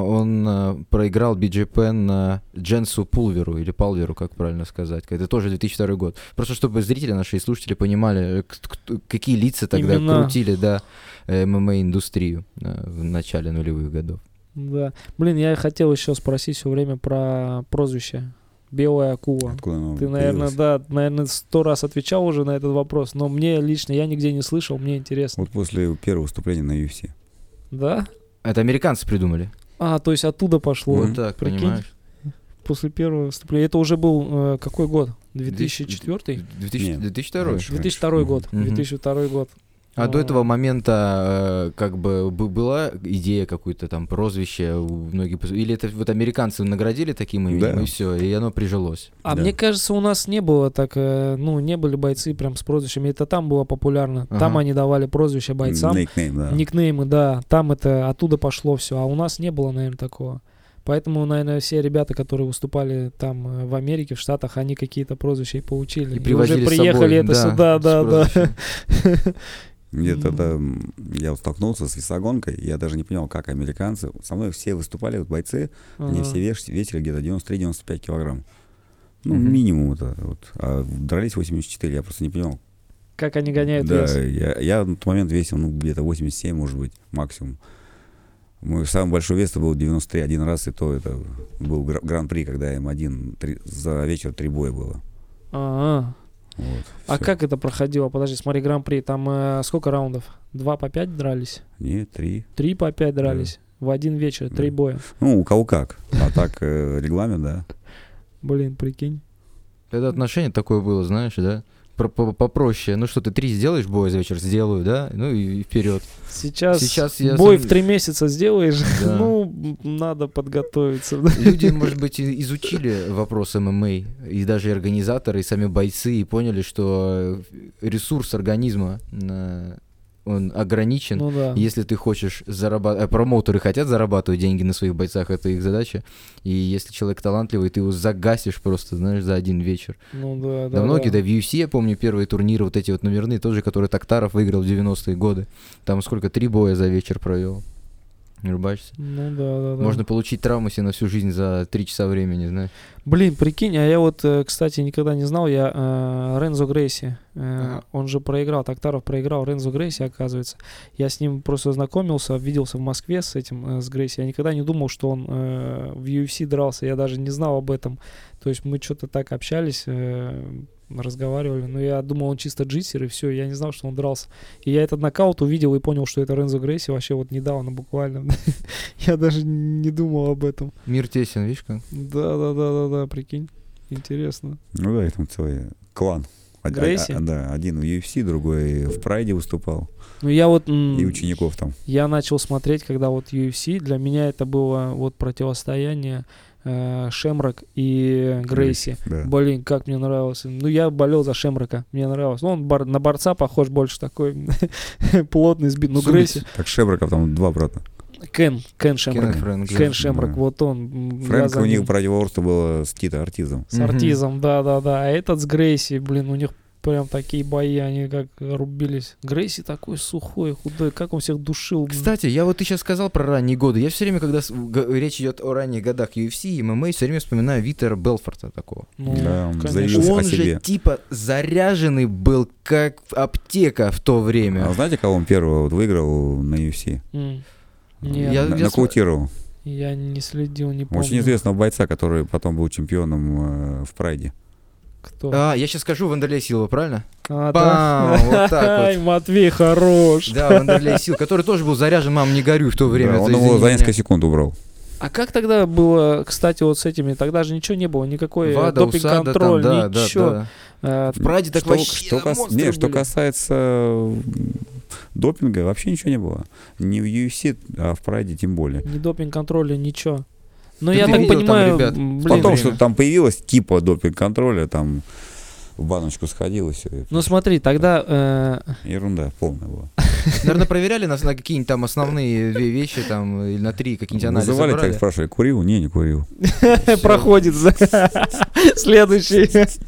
он проиграл BGPN Дженсу Пулверу, или Палверу, как правильно сказать. Это тоже 2002 год. Просто чтобы зрители наши и слушатели понимали, какие лица тогда Имена. крутили, да, ММА-индустрию в начале нулевых годов. Да. Блин, я хотел еще спросить все время про прозвище. Белая акула. Откуда оно Ты, наверное, появилось? да, наверное, 100 раз отвечал уже на этот вопрос, но мне лично, я нигде не слышал, мне интересно. Вот после первого выступления на UFC. Да? Это американцы придумали. А, то есть оттуда пошло. Вот так, прикинь. понимаешь? После первого выступления. Это уже был какой год? 2004? 2002. Раньше. 2002 год. Мгм. 2002 год. А до этого момента как бы была идея какой-то там прозвище у многих, или это вот американцы наградили таким именем, Да. и все, и оно прижилось. А Да. мне кажется, у нас не было так, не были бойцы прям с прозвищами. Это там было популярно. Там Ага. они давали прозвища бойцам. Никнейм, да. Никнеймы, да. Там это оттуда пошло все. А у нас не было, наверное, такого. Поэтому, наверное, все ребята, которые выступали там в Америке, в Штатах, они какие-то прозвища и получили. И привозили уже с приехали собой, это да, сюда, с да, да. прозвищем. Мне тогда я вот столкнулся с весогонкой, я даже не понял, как американцы. Со мной все выступали, вот бойцы, они Ага. все весили где-то 93-95 килограмм. Ну, Мгм. минимум это. Вот. А дрались 84, я просто не понял. Как они гоняют Да, вес. я на тот момент весил, где-то 87, может быть, максимум. Мой самый большой вес был 93 один раз, и то это был гран-при, когда М1 за вечер 3 боя было. Ага. Вот, А всё. как это проходило? Подожди, смотри, Гран-при, там сколько раундов? 2 по 5 дрались? Нет, 3. 3 по 5 дрались? В один вечер, 3 Да. боя. Ну, у кого как. А так, регламент, да. Блин, прикинь. Это отношение такое было, знаешь, да? Попроще. Ну что, ты 3 сделаешь бой за вечер? Сделаю, да? Ну и вперед. Сейчас я бой сам- в 3 месяца сделаешь, Да. ну, надо подготовиться. Люди, может быть, изучили вопрос ММА, и даже и организаторы, и сами бойцы, и поняли, что ресурс организма, он ограничен. Ну да. Если ты хочешь зарабатывать, промоутеры хотят зарабатывать деньги на своих бойцах, это их задача. И если человек талантливый, ты его загасишь просто, знаешь, за один вечер. Ну да, Да, да. многие, да. да, в UFC, я помню, первые турниры, вот эти вот номерные, тоже, которые Токтаров выиграл в 90-е годы. Там сколько, 3 боя за вечер провел. Рубашься. Ну да, да. Можно получить травму себе на всю жизнь за 3 часа времени, знаешь. Блин, прикинь, а я вот, кстати, никогда не знал, я Рензо Грейси, Ага. он же проиграл, Токтаров проиграл Рензо Грейси, оказывается. Я с ним просто знакомился, виделся в Москве с этим, с Грейси. Я никогда не думал, что он в UFC дрался, я даже не знал об этом. То есть мы что-то так общались, разговаривали, но я думал, он чисто джитсер, и все, я не знал, что он дрался. И я этот нокаут увидел и понял, что это Рензо Грейси вообще вот недавно буквально. Я даже не думал об этом. Мир тесен, видишь как? Да, прикинь. Интересно. Ну да, и там целый клан. Грейси? Да, один в UFC, другой в Прайде выступал. Ну я вот... И учеников там. Я начал смотреть, когда вот UFC. Для меня это было вот противостояние Шемрак и Грейси. Да. Блин, как мне нравилось. Ну, я болел за Шемрака. Мне нравилось. Ну, он на борца похож больше такой плотный, сбит. Ну, Грейси... Так Шебраков там 2 брата. Кен Шемрак. Фрэнк, Кен да. Шемрак, Да. вот он. Фрэнк я у них за ним. противоборство было с Тита Ортизом. С Артизом, да. А этот с Грейси, блин, у них прям такие бои, они как рубились. Грейси такой сухой, худой, как он всех душил. Кстати, я вот ты сейчас сказал про ранние годы. Я все время, когда речь идет о ранних годах UFC и ММА, все время вспоминаю Витера Белфорта такого. Ну, Да, он конечно. заявился о Он себе. же типа заряженный был как аптека в то время. А знаете, кого он первого вот выиграл на UFC? Нет, Я- Нокаутировал. я не следил, не помню. Очень известного бойца, который потом был чемпионом в Прайде. Кто? Я сейчас скажу Вандалей Силва, правильно? Бам! Вот так Ай, вот. Матвей хорош. Да, Вандерлей Сил, который тоже был заряжен, мам, не горюй в то время. Да, он извини его за меня. несколько секунд убрал. А как тогда было, кстати, вот с этими? Тогда же ничего не было, никакой ВАДА, УСАДА, допинг-контроль, там, ничего. В Праде так вообще монстры что были. касается допинга, вообще ничего не было. Не в UFC, а в Прайде тем более. Ни допинг-контроля, ничего. Но Да я ты так видел там понимаю, ребят? блин, Потом время. что-то там появилось, типа допинг-контроля, там в баночку сходил и все. ну смотри, тогда Ерунда полная была. Наверное, проверяли нас на какие-нибудь там основные 2 вещи, там, или на 3 какие-нибудь анализы Вызывали, брали. так спрашивали, курил? Не курил. проходит следующий.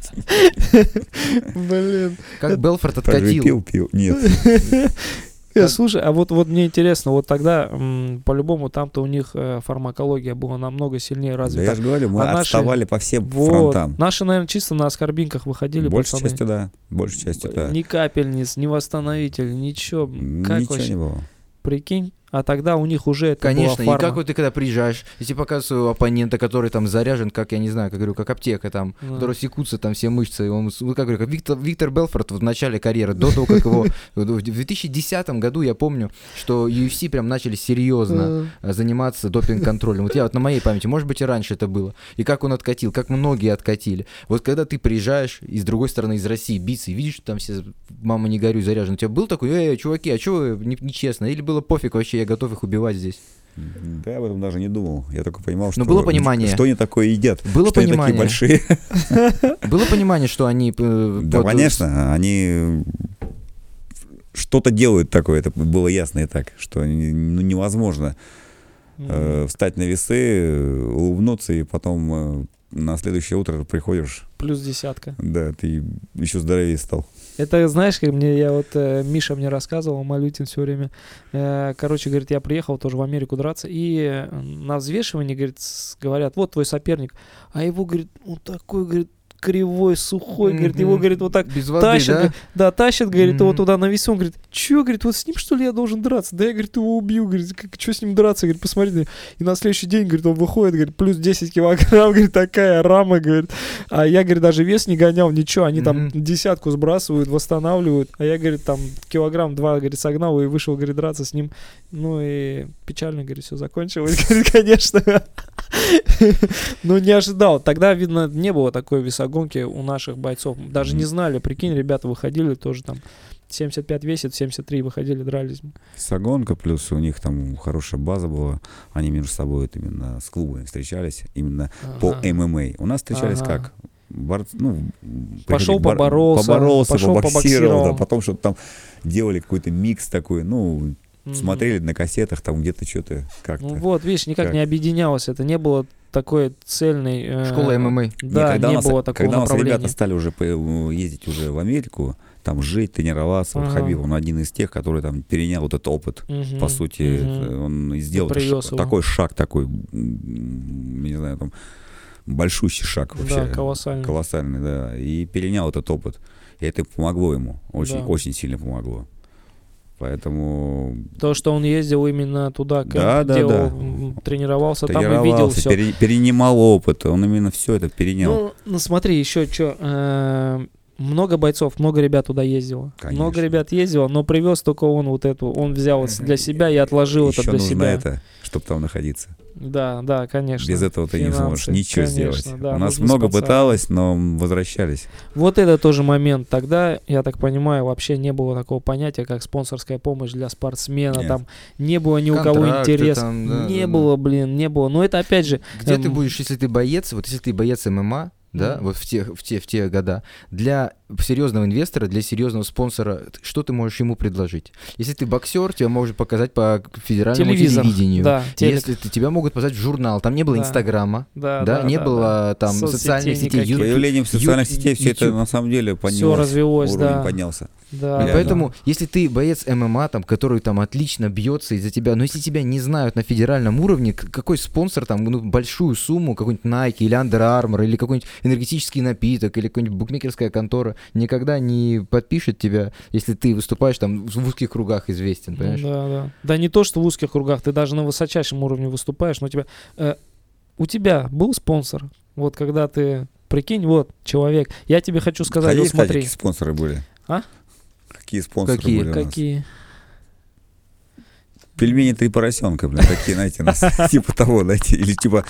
Блин. Как Белфорд Так же откатил. пил? Нет. Слушай, а вот мне интересно, вот тогда по-любому там-то у них фармакология была намного сильнее Да я развита. же говорю, мы А наши- отставали по всем Вот. фронтам. Наши, наверное, чисто на аскорбинках выходили, Большей пацаны. частью, да. Большей частью, да. Ни капельниц, ни восстановитель, ничего. Как Ничего вообще? не было. Прикинь? А тогда у них уже это Конечно, была и фарма. как вот ты когда приезжаешь, и тебе показывают своего оппонента, который там заряжен, как, я не знаю, как говорю, как аптека там, Да. которого секутся там все мышцы, и он, вот как говорю, как Виктор Белфорд вот в начале карьеры, до того, как его, в 2010 году я помню, что UFC прям начали серьезно заниматься допинг-контролем. Вот я вот на моей памяти, может быть и раньше это было, и как он откатил, как многие откатили. Вот когда ты приезжаешь и с другой стороны из России биться, и видишь, что там все, мама не горюй, заряжены, у тебя был такой, чуваки, а чё вы нечестно? Или было пофиг вообще, я готов их убивать здесь? Да, я об этом даже не думал. Я только понимал, что... Но было понимание. Что они такое едят. Было что понимание. они такие большие. Было понимание, что они... Да, конечно, они что-то делают такое, это было ясно и так, что невозможно встать на весы, улыбнуться, и потом на следующее утро приходишь, Плюс 10. да, ты еще здоровее стал. Это, знаешь, как Миша мне рассказывал, Малютин все время. Короче, говорит, я приехал тоже в Америку драться, и на взвешивании, говорит, говорят, вот твой соперник. А его, говорит, он такой, говорит, кривой, сухой, говорит, его, говорит, вот так без воды, тащит, да? говорит, да, тащит, говорит, его Мгм. туда на весу, он говорит, чё, говорит, вот с ним, что ли, я должен драться? Да я, говорит, его убью, говорит, что с ним драться, говорит, посмотри. Говорит. И на следующий день, говорит, он выходит, говорит, плюс 10 килограмм, говорит, такая рама, говорит. А я, говорит, даже вес не гонял, ничего, они там Мгм. 10 сбрасывают, восстанавливают, а я, говорит, там килограмм 2, говорит, согнал и вышел, говорит, драться с ним. Ну и печально, говорит, все закончилось, говорит, конечно. Но не ожидал. Тогда, видно, не было такой весогонки у наших бойцов. Даже не знали, прикинь, ребята выходили тоже там 75 весит, 73 выходили, дрались. Сагонка, плюс у них там хорошая база была, они между собой вот именно с клубами встречались, именно по Ага. ММА. У нас встречались Ага. как? Ну, Пошел приходили, поборолся, пошел побоксировал, побоксировал. да, потом что-то там делали какой-то микс такой, ну, Мгм. смотрели на кассетах, там где-то что-то как-то. Ну вот, видишь, никак Как? не объединялось. Это не было такой цельной... Школа ММА. Да, когда не у нас, было такого когда у нас направления. ребята стали уже ездить уже в Америку, там жить, тренироваться, вот Ага. Хабиб, он один из тех, который там перенял вот этот опыт. Мгм, По сути, мгм. он сделал И привез его. такой шаг, такой, не знаю, там, большущий шаг вообще. Да, колоссальный. Колоссальный, да. И перенял этот опыт. И это помогло ему, очень, Да. очень сильно помогло. Поэтому То, что он ездил именно туда, Да, да, делал, да. тренировался там и видел тренировался, все. перенимал опыт, он именно все это перенял. Ну, смотри, еще что. Много бойцов, много ребят туда ездило. Конечно. Много ребят ездило, но привез только он вот эту. Он взял вот для себя и отложил Еще это для нужно себя. это, чтобы там находиться. Да, да, конечно. Без этого ты не сможешь Финансы, ничего конечно, сделать. да, У нас нужны много спонсоры. пыталось, но возвращались. Вот это тоже момент. Тогда, я так понимаю, вообще не было такого понятия, как спонсорская помощь для спортсмена. Нет. Там не было ни у кого Контракты интереса. там, да, Не да, было, блин, не было. Но это опять же... Где ты эм, будешь, если ты боец, вот если ты боец ММА, да, Мгм. вот в те года, для серьезного инвестора, для серьезного спонсора, что ты можешь ему предложить? Если ты боксер, тебя может показать по федеральному Телевизор. телевидению. Да, телек. Если тебя могут позвать в журнал, там не было Да. Инстаграма, Да, да, не да, было там Соцсетей социальных сетей, никаких. С YouTube. появлением социальных сетей все это YouTube. на самом деле Все поднялось. развелось, Уровень да. поднялся. Да, И Реально. поэтому, если ты боец ММА, там, который там отлично бьется из-за тебя, но если тебя не знают на федеральном уровне, какой спонсор там, ну, большую сумму, какой-нибудь Nike или Under Armour, или какой-нибудь энергетический напиток, или какая-нибудь букмекерская контора никогда не подпишет тебя, если ты выступаешь там в узких кругах известен, понимаешь? Да, да. Да не то, что в узких кругах, ты даже на высочайшем уровне выступаешь, но у тебя был спонсор? Вот когда ты, прикинь, вот человек, я тебе хочу сказать, Ходили, вот кстати, смотри, какие спонсоры были? Какие спонсоры Какие? были у нас? Какие? Пельмени 3 поросенка, блин, такие, знаете, нас типа того, знаете, или типа...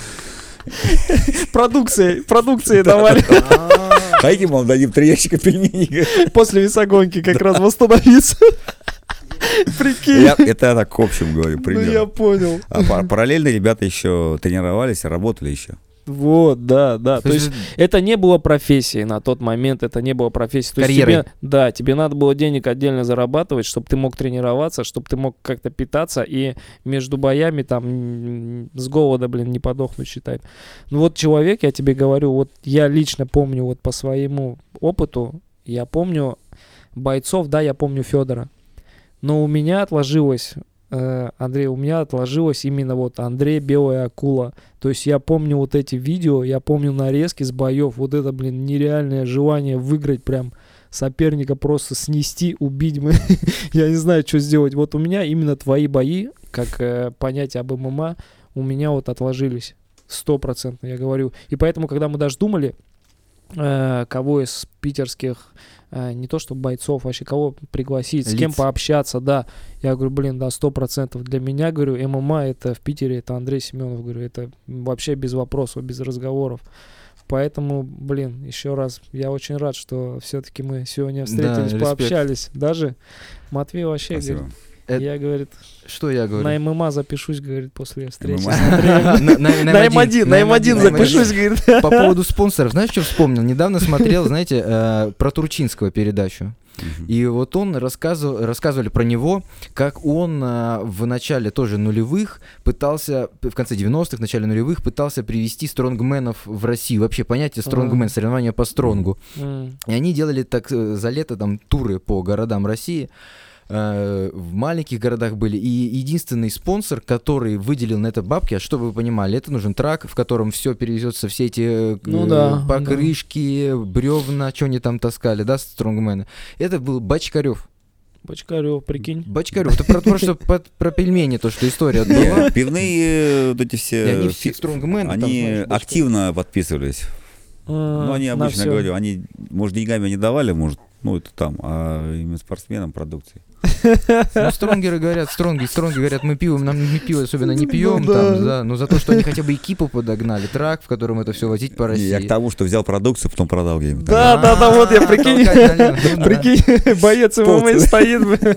Продукции давали. Дайте, мол, дадим 3 ящика пельменей. После весогонки как раз восстановиться. Прикинь. Это так, в общем, говорю, Ну, я примерно. понял. А параллельно ребята еще тренировались, работали еще. Вот, да. То есть это не было профессией на тот момент, это не было профессией. То есть Карьерой. тебе надо было денег отдельно зарабатывать, чтобы ты мог тренироваться, чтобы ты мог как-то питаться и между боями там с голода, не подохнуть, считай. Ну вот человек, я тебе говорю, вот я лично помню вот по своему опыту, я помню бойцов, да, я помню Федора. Но у меня отложилось... Андрей, у меня отложилось именно вот Андрей Белая Акула. То есть я помню вот эти видео, я помню нарезки с боев. Вот это, нереальное желание выиграть прям соперника, просто снести, убить. Я не знаю, что сделать. Вот у меня именно твои бои, как понятие об ММА, у меня вот отложились. 100%, я говорю. И поэтому, когда мы даже думали, кого из питерских, не то что бойцов, вообще кого пригласить, с кем пообщаться, да. Я говорю, да, 100%. Для меня, говорю, ММА это в Питере, это Андрей Семенов, говорю, это вообще без вопросов, без разговоров. Поэтому, еще раз, я очень рад, что все-таки мы сегодня встретились, Да, пообщались. Даже Матвей вообще, Спасибо. говорит, я, говорит, Что я говорю? на ММА запишусь, говорит, после встречи с ММА. Андреем. На М1 запишусь, говорит. По поводу спонсоров, знаешь, что вспомнил? Недавно смотрел, знаете, про Турчинского передачу. И вот он рассказывали про него, как он в начале тоже нулевых пытался, в конце 90-х, в начале нулевых пытался привести стронгменов в Россию. Вообще понятие стронгмен, соревнования по стронгу. И они делали так за лето там туры по городам России. В маленьких городах были. И единственный спонсор, который выделил на это бабки, а чтобы вы понимали, это нужен трак, в котором все перевезется, все эти покрышки, бревна, что они там таскали, да, стронгмены. Это был Бочкарев. Бочкарев, прикинь. Бочкарев, это про пельмени, то, что история была. Пивные вот эти все... Они все стронгмены. Они активно подписывались. Ну, они обычно, говорю, они, может, деньгами не давали, может, это там, а именно спортсменам продукции. Ну, стронгеры говорят, стронги говорят, мы пиво особенно не пьем, но за то, что они хотя бы экипу подогнали, трак, в котором это все возить по России. Я к тому, что взял продукцию, потом продал ей. Да, вот я, прикинь, боец ММА стоит,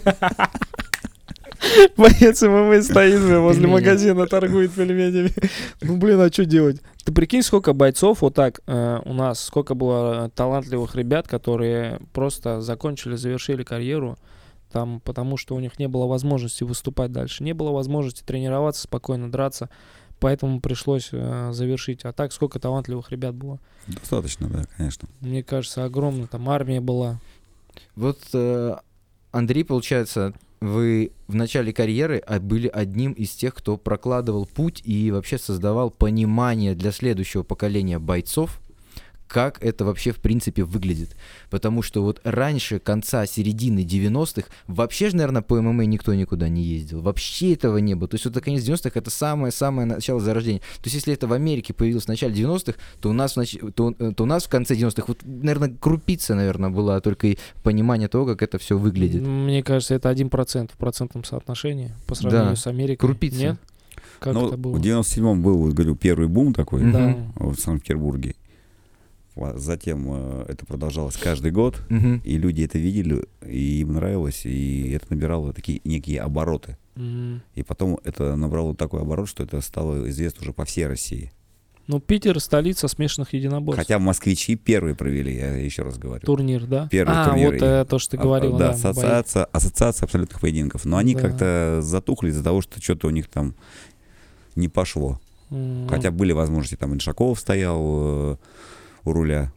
боец ММА стоит возле магазина, торгует пельменями. А что делать? Ты прикинь, сколько бойцов вот так у нас, сколько было талантливых ребят, которые просто завершили карьеру, там, потому что у них не было возможности выступать дальше, не было возможности тренироваться, спокойно драться, поэтому пришлось завершить. А так, сколько талантливых ребят было? Достаточно, да, конечно. Мне кажется, огромно, там армия была. Вот, Андрей, получается, вы в начале карьеры были одним из тех, кто прокладывал путь и вообще создавал понимание для следующего поколения бойцов, как это вообще в принципе выглядит. Потому что вот раньше, середины 90-х, вообще же, наверное, по ММА никто никуда не ездил. Вообще этого не было. То есть вот конец 90-х это самое-самое начало зарождения. То есть если это в Америке появилось в начале 90-х, то у нас в конце 90-х, вот, наверное, крупица, была только и понимание того, как это все выглядит. Мне кажется, это 1% в процентном соотношении по сравнению с Америкой. Крупица. Нет? Как это было? В 97-м был, говорю, первый бум такой Да. в Санкт-Петербурге. Затем это продолжалось каждый год, и люди это видели, и им нравилось, и это набирало такие некие обороты. И потом это набрало такой оборот, что это стало известно уже по всей России. Питер — столица смешанных единоборств. Хотя москвичи первые провели, я еще раз говорю. Турнир, да? Первый турнир. Вот то, что ты говорил. Да, ассоциация абсолютных поединков. Но они как-то затухли из-за того, что что-то у них там не пошло. Хотя были возможности, там Иншаков стоял у руля.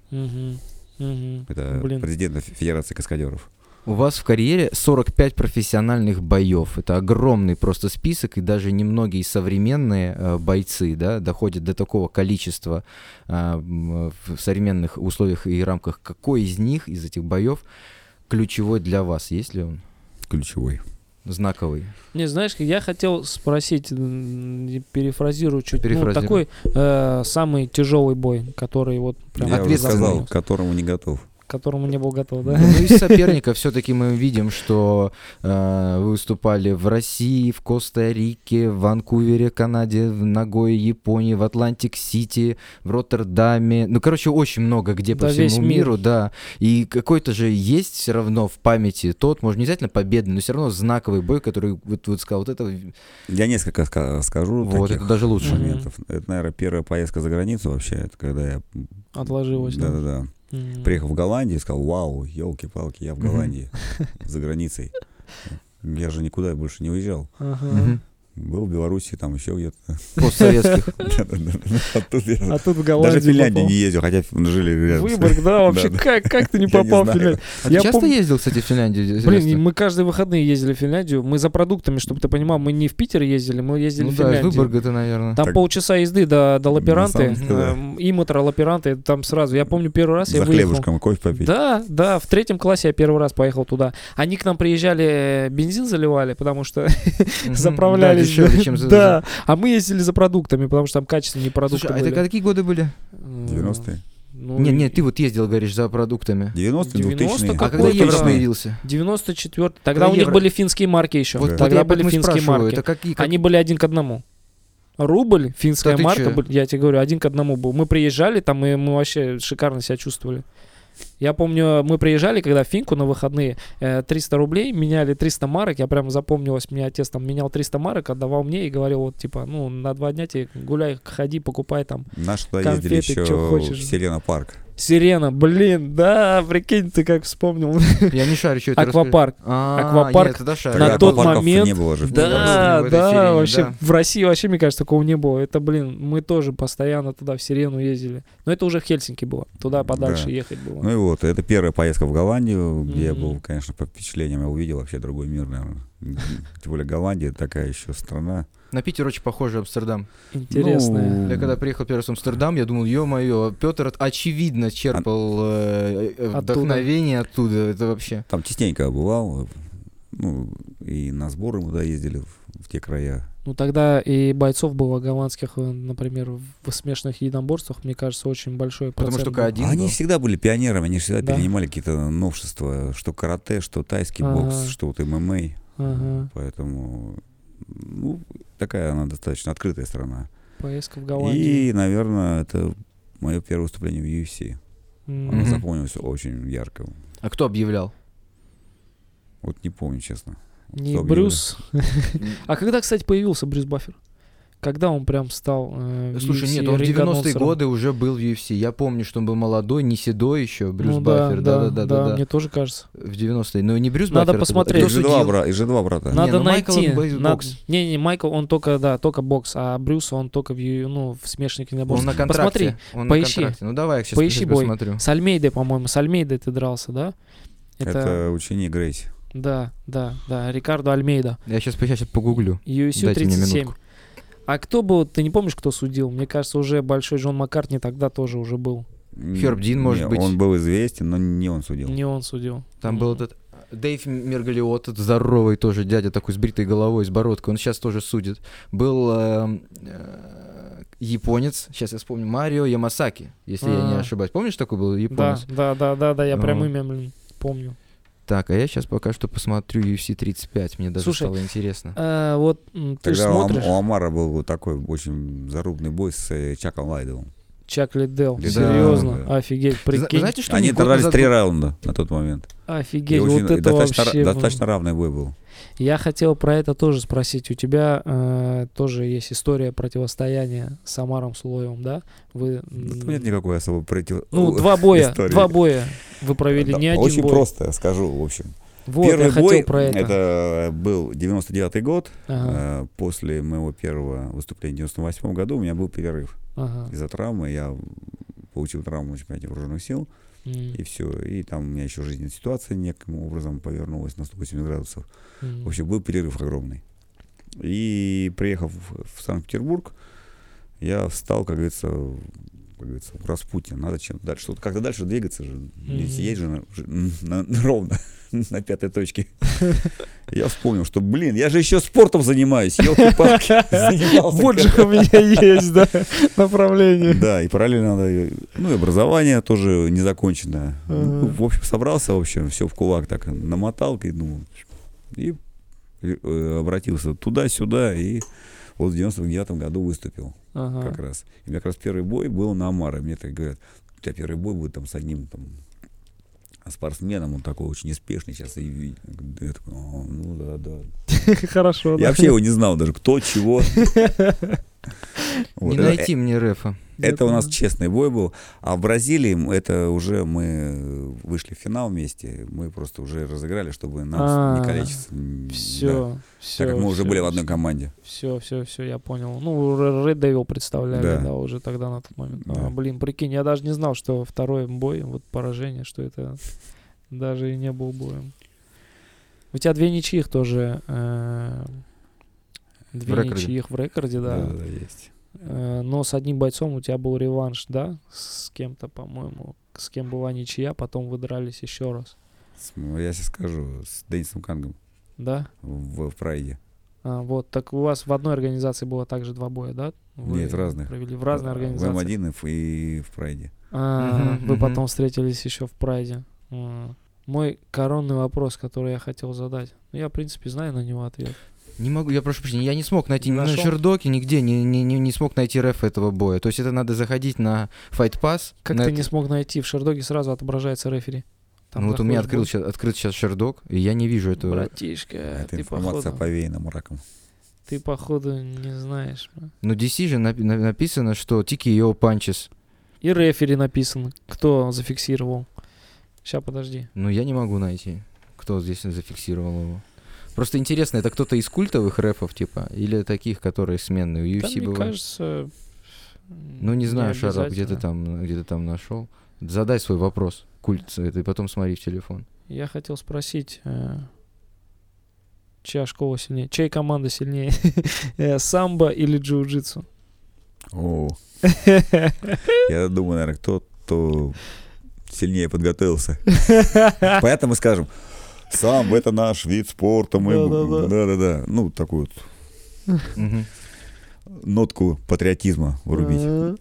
Это президент Федерации каскадеров. У вас в карьере 45 профессиональных боев. Это огромный просто список, и даже немногие современные бойцы, да, доходят до такого количества в современных условиях и рамках. Какой из них, из этих боев, ключевой для вас? Есть ли он? Ключевой. Знаковый. Не, знаешь, я хотел спросить, перефразирую чуть, такой самый тяжелый бой, который вот прям... Я уже сказал, к которому не готов. к которому не был готов, да? Ну, из соперников все-таки мы видим, что вы выступали в России, в Коста-Рике, в Ванкувере, Канаде, в Нагое, Японии, в Атлантик-Сити, в Роттердаме. Ну, короче, очень много где по Да, весь всему мир. миру, да. И какой-то же есть все равно в памяти тот, может, не обязательно победный, но все равно знаковый бой, который вот сказал, вот это... Я несколько скажу Вот, таких это даже лучше. моментов. Это, наверное, первая поездка за границу вообще. Это когда я... Отложилось, да? Да-да-да. Мгм. Приехал в Голландию и сказал, вау, елки-палки, я в Мгм. Голландии, за границей. Я же никуда больше не уезжал. Ага. Мгм. Был в Беларуси, там еще где-то. Постсоветских. Да-да-да. А тут я А тут в Голландию даже в Финляндию попал. не ездил, хотя жили рядом. Выборг, да, вообще, Да-да. как ты не Я не попал в знаю. Финляндию? А ты Я часто помню- ездил, кстати, в Финляндию? Блин, Селестр? мы каждые выходные ездили в Финляндию. Мы за продуктами, чтобы ты понимал, мы не в Питер ездили, мы ездили Ну в да, из Финляндию. Выборга-то, наверное. Там Так- полчаса езды до Лаперанты, На самом деле, да. Имотра, Лаперанты, там сразу. Я помню, первый раз я За выехал. хлебушком кофе попить. Да, в 3 классе я первый раз поехал туда. Они к нам приезжали, бензин заливали, потому что Мгм. заправлялись. Да, дешевле, чем Да, а мы ездили за продуктами, потому что там качественные продукты Слушай, а были. это какие годы были? 90-е. Ну, Нет, ты вот ездил, говоришь, за продуктами. 90-е, 90 2000-е. А как когда евро 2000-е? появился? 94. Тогда у них евро. были финские марки еще. Вот Тогда я были поэтому и финские спрашиваю, марки. это какие? Они были 1 к 1. Рубль, финская Да ты марка, чё? я тебе говорю, 1 к 1 был. Мы приезжали там, и мы вообще шикарно себя чувствовали. Я помню, мы приезжали, когда в Финку на выходные, 300 рублей, меняли 300 марок, я прям запомнилось, мне отец там менял 300 марок, отдавал мне и говорил, вот, типа, ну, на 2 дня тебе гуляй, ходи, покупай там. Наши туда ездили конфеты, чё еще хочешь. в Селена парк. Сирена, блин, да, прикинь, ты как вспомнил. Я не шарю, что это Аквапарк. расскажи. Аквапарк нет, тогда шарю. на Тогда тот аквапарков момент- не было же. в Да. Да, в этой да, Сирене, вообще да. в России вообще, мне кажется, такого не было. Это, блин, мы тоже постоянно туда в Сирену ездили. Но это уже в Хельсинки было. Туда подальше Да. ехать было. Ну и вот, это первая поездка в Голландию, где я Мгм. был, конечно, под впечатлением. Я увидел вообще другой мир, наверное. Тем более Голландия такая еще страна. На Питер очень похоже Амстердам. Интересная. Ну, Я когда приехал первый раз в Амстердам, я думал, ё-моё, Петр очевидно черпал вдохновение оттуда. Это вообще... Там частенько бывал. Ну, и на сборы мы туда ездили в те края. Ну тогда и бойцов было голландских, например, в смешанных единоборствах, мне кажется, очень большой Потому процент что только был. один А они был. всегда были пионерами, они всегда Да. перенимали какие-то новшества, что карате, что тайский Ага. бокс, что вот ММА. Ага. Поэтому, ну, такая она достаточно открытая страна. Поездка в Голландию. И, наверное, это мое первое выступление в UFC. Оно Мгм. запомнилось очень ярко. А кто объявлял? Вот не помню, честно. Не Кто Брюс. А когда, кстати, появился Брюс Баффер? Когда он прям стал Слушай, UFC нет, он в 90-е ринг-анонсером? годы уже был в UFC. Я помню, что он был молодой, не седой еще, Брюс Ну да, Баффер. да, Да-да-да. мне тоже кажется. В 90-е. Но не Брюс Надо Баффер. это был- посмотреть. Кто И судил? G2 брата. Надо ну Майкл, найти. он бокс. Не, Майкл, он только бокс, а Брюс, он только в смешанных Он единоборствах. на контракте. Посмотри, Он на поищи. контракте. Ну давай, я сейчас Поищи бой. посмотрю. С Альмейдой, по-моему, с Альмейдой ты дрался, да? Это ученик Грейси. Да, Рикардо Альмейда. Я сейчас погуглю. UFC Дайте мне 37. минутку. А кто был, ты не помнишь, кто судил? Мне кажется, уже большой Джон Маккартни тогда тоже уже был. Херб Дин, может Не, быть. Он был известен, но не он судил. Не он судил. Там был этот Дэйв Мергалиот, этот здоровый тоже дядя такой с бритой головой, с бородкой. Он сейчас тоже судит. Был японец, сейчас я вспомню, Марио Ямасаки, если я не А. ошибаюсь. Помнишь, такой был Да, японец? я прям Ну. имя, помню. Так, а я сейчас пока что посмотрю UFC 35, мне даже Слушай, стало интересно. Вот ты же Тогда смотришь у Омара был вот такой очень зарубный бой с Чаком Лайдовым. Чак Лиддell. Да, Серьезно? да. Офигеть, прикинь. Знаете, что Они год дрались назад 3 был- раунда на тот момент. Офигеть, И вот очень- это вообще... достаточно равный бой был. Я хотел про это тоже спросить. У тебя тоже есть история противостояния с Омаром Сулоевым, да? Вы... Да там нет никакой особой Ну, два боя истории. вы провели, Да, не один очень бой. просто, я скажу, в общем. Вот, я Первый хотел бой, про это. был 99-й год. Ага, После моего первого выступления в 98-м году у меня был перерыв. ага. Из-за травмы я получил травму в чемпионате вооруженных сил, и все. И там у меня еще жизненная ситуация неким образом повернулась на 180 градусов. В общем, был перерыв огромный. И приехав в Санкт-Петербург, я встал, как говорится, говорится, у Распутина. Надо чем-то дальше, что-то как-то дальше двигаться же. Не сидеть же ровно на пятой точке. Я вспомнил, что, я же еще спортом занимаюсь, елки-палки. Вот же у меня есть, да, направление. Да, и параллельно надо, и образование тоже незаконченное. В общем, собрался, все в кулак так намотал, и обратился туда-сюда, и вот в 99-м году выступил как раз. И у меня как раз первый бой был на Амаре. Мне так говорят, у тебя первый бой будет там с одним там спортсменом, он такой очень успешный сейчас. И я такой, да. Хорошо, да. Я вообще его не знал даже, кто, чего. Не найти мне рефа. Это у нас честный бой был. А в Бразилии это уже мы вышли в финал вместе. Мы просто уже разыграли, чтобы нас не калечить. Все. Так как мы уже были в одной команде. Все, я понял. Red Devil представляли, да, уже тогда на тот момент. Да. Прикинь, я даже не знал, что второй бой, вот поражение, что это даже и не был боем. У тебя 2 ничьих тоже. 2 ничьих в рекорде, да. Да, есть. Но с одним бойцом у тебя был реванш, да? С кем-то, по-моему. С кем была ничья, потом вы дрались еще раз. Я сейчас скажу, с Денисом Кангом. Да? В Прайде. Вот, так у вас в одной организации было также 2 боя, да? Вы Нет, в разных. Провели в разные организации. В М1 и в Прайде. Вы потом встретились еще в Прайде. Мой коронный вопрос, который я хотел задать. Я, в принципе, знаю на него ответ. Не могу, я прошу прощения, я не смог найти на Шердоке, нигде не смог найти реф этого боя. То есть это надо заходить на Fight Pass. Как ты не смог найти? В Шердоге сразу отображается рефери. Там вот у меня открыт сейчас Шердок, и я не вижу этого. Братишка, это информация повеяна мраком. Ты, походу, не знаешь. Ну, DC же написано, что TKO punches. И рефери написано, кто зафиксировал. Сейчас, подожди. Ну, я не могу найти, кто здесь зафиксировал его. Просто интересно, это кто-то из культовых рэпов, типа, или таких, которые сменные? У UFC мне кажется... Ну, не знаю, Шарап, где ты там нашел. Задай свой вопрос, культ, и потом смотри в телефон. Я хотел спросить, чья школа сильнее, чья команда сильнее, самбо или джиу-джитсу? Я думаю, наверное, кто сильнее подготовился. Поэтому мы скажем... Самбо — это наш вид спорта. Да. Ну, такую вот нотку патриотизма врубить.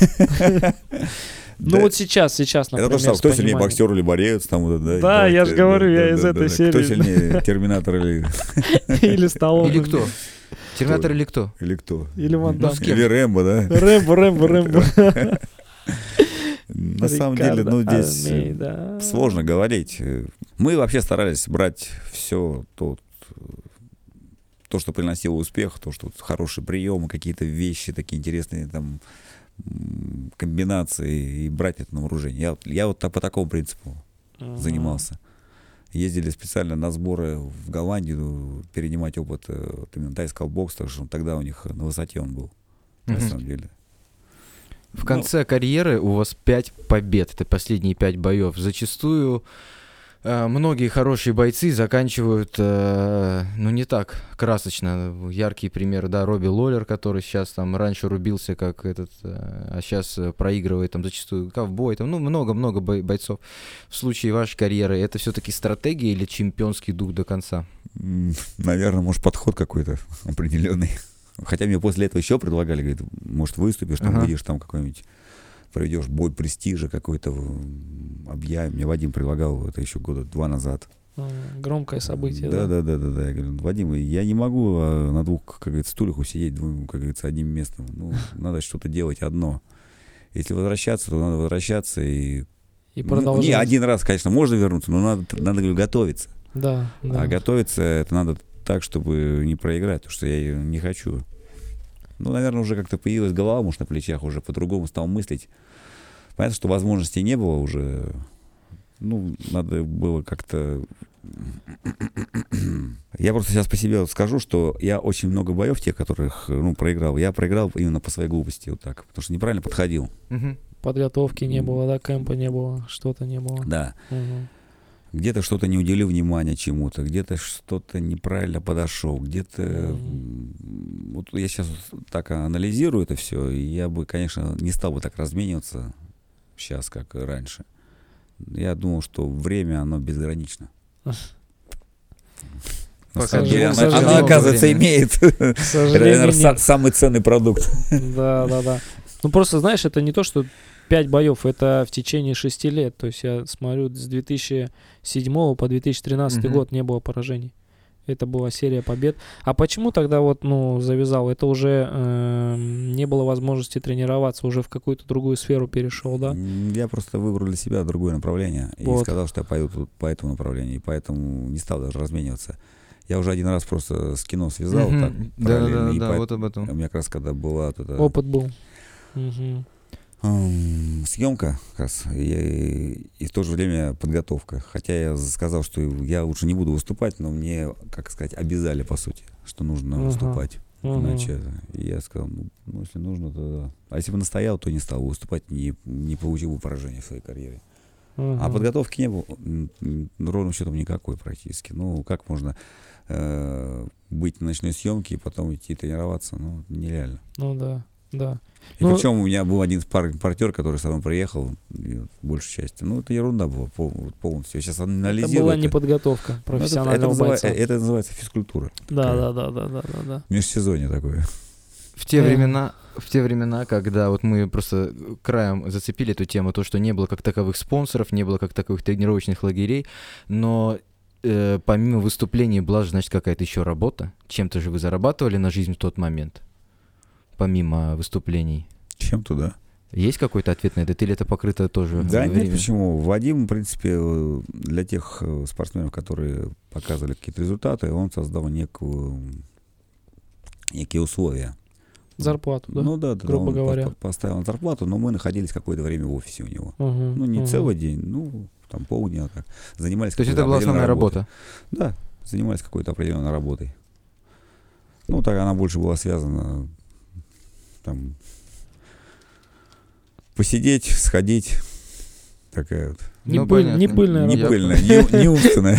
Ну вот сейчас, например, это то, что кто сильнее, боксер или борец? Да, я же говорю, я из этой серии. Кто сильнее, Терминатор или... Или Сталлоне. Или кто? Терминатор или кто? Или кто? Или Ван Дам. Или Рэмбо, да? Рэмбо. На самом деле, здесь сложно говорить. Мы вообще старались брать все то, что приносило успех, то, что хорошие приемы, какие-то вещи такие интересные, там, комбинации, и брать это на вооружение. Я вот по такому принципу занимался. Ездили специально на сборы в Голландию, перенимать опыт именно тайского бокса, потому что тогда у них на высоте он был, на самом деле. В конце карьеры у вас 5 побед, это последние 5 боев. Зачастую многие хорошие бойцы заканчивают, не так красочно. Яркий пример, да, Робби Лоллер, который сейчас там раньше рубился как а сейчас проигрывает там зачастую ковбой, там, много-много бойцов. В случае вашей карьеры это все-таки стратегия или чемпионский дух до конца? Наверное, может, подход какой-то определенный. Хотя мне после этого еще предлагали, говорит, может, выступишь, там выйдешь, там какой-нибудь, проведешь бой престижа какой-то, объявим. Мне Вадим предлагал это еще 2 года назад. Громкое событие, да? Да. Я говорю, Вадим, я не могу на 2, как говорится, стульях усидеть, как говорится, одним местом. Надо что-то делать одно. Если возвращаться, то надо возвращаться и продолжать. Не один раз, конечно, можно вернуться, но надо готовиться. Да. А готовиться это надо так, чтобы не проиграть, потому что я ее не хочу. Наверное, уже как-то появилась голова, может, на плечах, уже по-другому стал мыслить. Понятно, что возможностей не было уже. Надо было как-то... Я просто сейчас по себе скажу, что я очень много боев, тех, которых проиграл, я проиграл именно по своей глупости, вот так, потому что неправильно подходил. Подготовки не было, да, кемпа не было, что-то не было. Да. где-то что-то не уделил внимания чему-то, где-то что-то неправильно подошел, где-то... Вот я сейчас так анализирую это все, и я бы, конечно, не стал бы так размениваться сейчас, как и раньше. Я думал, что время, оно безгранично. На самом деле, оно, оказывается, имеет, наверное, самый ценный продукт. Да. Ну, просто, знаешь, это не то, что 5 боев, это в течение 6 лет. То есть я смотрю, с 2007 по 2013 год не было поражений. Это была серия побед. А почему тогда вот, завязал? Это уже не было возможности тренироваться, уже в какую-то другую сферу перешел, да? Я просто выбрал для себя другое направление и сказал, что я пойду по этому направлению, и поэтому не стал даже размениваться. Я уже один раз просто с кино связал, так, параллельно. Да, вот об этом. У меня как раз, когда была... Опыт был. Съемка как раз и в то же время подготовка. Хотя я сказал, что я лучше не буду выступать, но мне, как сказать, обязали, по сути, что нужно выступать. Иначе я сказал, если нужно, то да. А если бы настоял, то не стал выступать, не получил бы поражения в своей карьере. А подготовки не было ровным счетом никакой практически. Как можно быть на ночной съемке и потом идти тренироваться? Нереально. Да. И причем у меня был один партнер, который со мной приехал, большей части. Это ерунда была полностью. Я сейчас анализирую. Это была не подготовка профессионального бойца. Это называется физкультура. Да. Межсезонье такое. В те времена, когда вот мы просто краем зацепили эту тему, то, что не было как таковых спонсоров, не было как таковых тренировочных лагерей, но помимо выступлений была же, значит, какая-то еще работа. Чем-то же вы зарабатывали на жизнь в тот момент? Помимо выступлений? Чем-то, да. Есть какой-то ответ на это? Или это покрыто тоже временем? Нет, почему? Вадим, в принципе, для тех спортсменов, которые показывали какие-то результаты, он создал некие условия. Зарплату, да? Да, грубо говоря. Поставил зарплату, но мы находились какое-то время в офисе у него. Не целый день, там полдня. Так. Занимались. То есть это была основная работа? Да, занимались какой-то определенной работой. Так она больше была связана... Там посидеть, сходить, такая вот. Не пыльная работа. Не пыльная, не умственная.